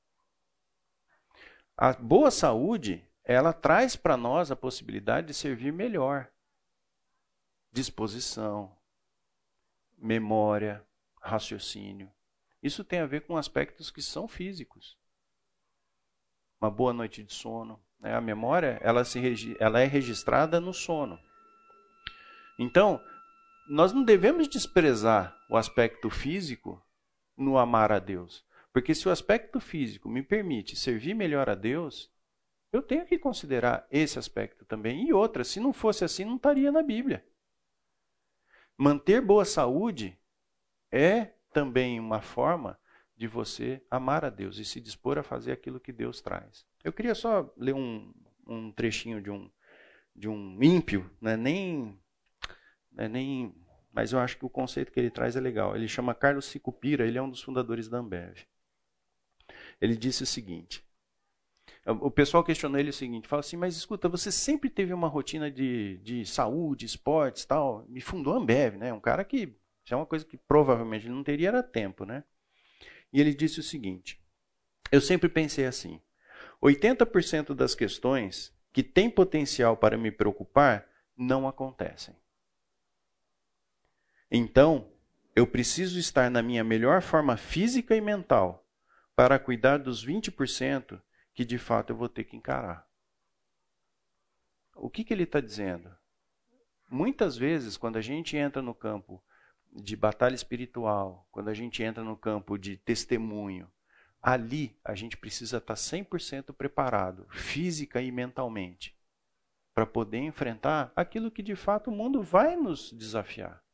A boa saúde, ela traz para nós a possibilidade de servir melhor. Disposição, memória, raciocínio. Isso tem a ver com aspectos que são físicos. Uma boa noite de sono. Né? A memória, ela, se regi- ela é registrada no sono. Então, nós não devemos desprezar o aspecto físico no amar a Deus. Porque se o aspecto físico me permite servir melhor a Deus, eu tenho que considerar esse aspecto também. E outra, se não fosse assim, não estaria na Bíblia. Manter boa saúde é também uma forma de você amar a Deus e se dispor a fazer aquilo que Deus traz. Eu queria só ler um, um trechinho de um, de um ímpio, né? nem, né? nem, mas eu acho que o conceito que ele traz é legal. Ele chama Carlos Sicupira, ele é um dos fundadores da Ambev. Ele disse o seguinte: o pessoal questionou ele o seguinte, fala assim, mas escuta, você sempre teve uma rotina de, de saúde, esportes, tal, me fundou a Ambev, né? Um cara que, isso é uma coisa que provavelmente ele não teria era tempo, né? E ele disse o seguinte: eu sempre pensei assim, oitenta por cento das questões que têm potencial para me preocupar não acontecem. Então, eu preciso estar na minha melhor forma física e mental para cuidar dos vinte por cento que de fato eu vou ter que encarar. O que, que ele está dizendo? Muitas vezes, quando a gente entra no campo de batalha espiritual, quando a gente entra no campo de testemunho, ali a gente precisa estar cem por cento preparado, física e mentalmente, para poder enfrentar aquilo que de fato o mundo vai nos desafiar.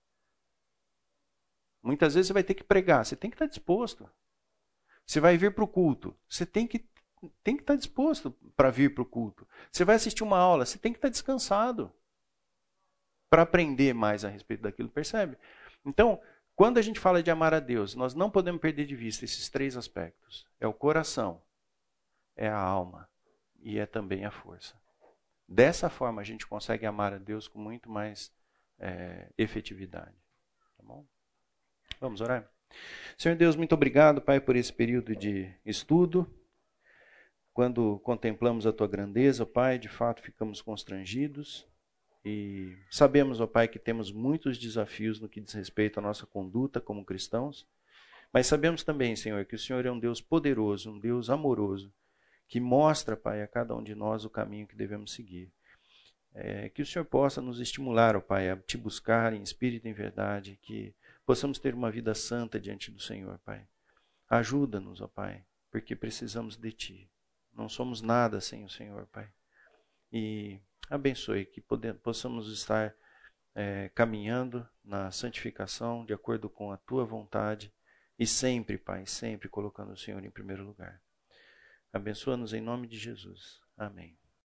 Muitas vezes você vai ter que pregar, você tem que estar disposto. Você vai vir para o culto, você tem que, tem que estar disposto para vir para o culto. Você vai assistir uma aula, você tem que estar descansado para aprender mais a respeito daquilo, percebe? Então, quando a gente fala de amar a Deus, nós não podemos perder de vista esses três aspectos. É o coração, é a alma e é também a força. Dessa forma a gente consegue amar a Deus com muito mais é, efetividade. Tá bom? Vamos orar? Senhor Deus, muito obrigado, Pai, por esse período de estudo. Quando contemplamos a Tua grandeza, Pai, de fato ficamos constrangidos. E sabemos, ó Pai, que temos muitos desafios no que diz respeito à nossa conduta como cristãos, mas sabemos também, Senhor, que o Senhor é um Deus poderoso, um Deus amoroso, que mostra, Pai, a cada um de nós o caminho que devemos seguir. É, que o Senhor possa nos estimular, ó Pai, a Te buscar em espírito e em verdade, que possamos ter uma vida santa diante do Senhor, Pai. Ajuda-nos, ó Pai, porque precisamos de Ti. Não somos nada sem o Senhor, Pai. E abençoe que possamos estar é, caminhando na santificação de acordo com a tua vontade e sempre, Pai, sempre colocando o Senhor em primeiro lugar. Abençoa-nos em nome de Jesus. Amém.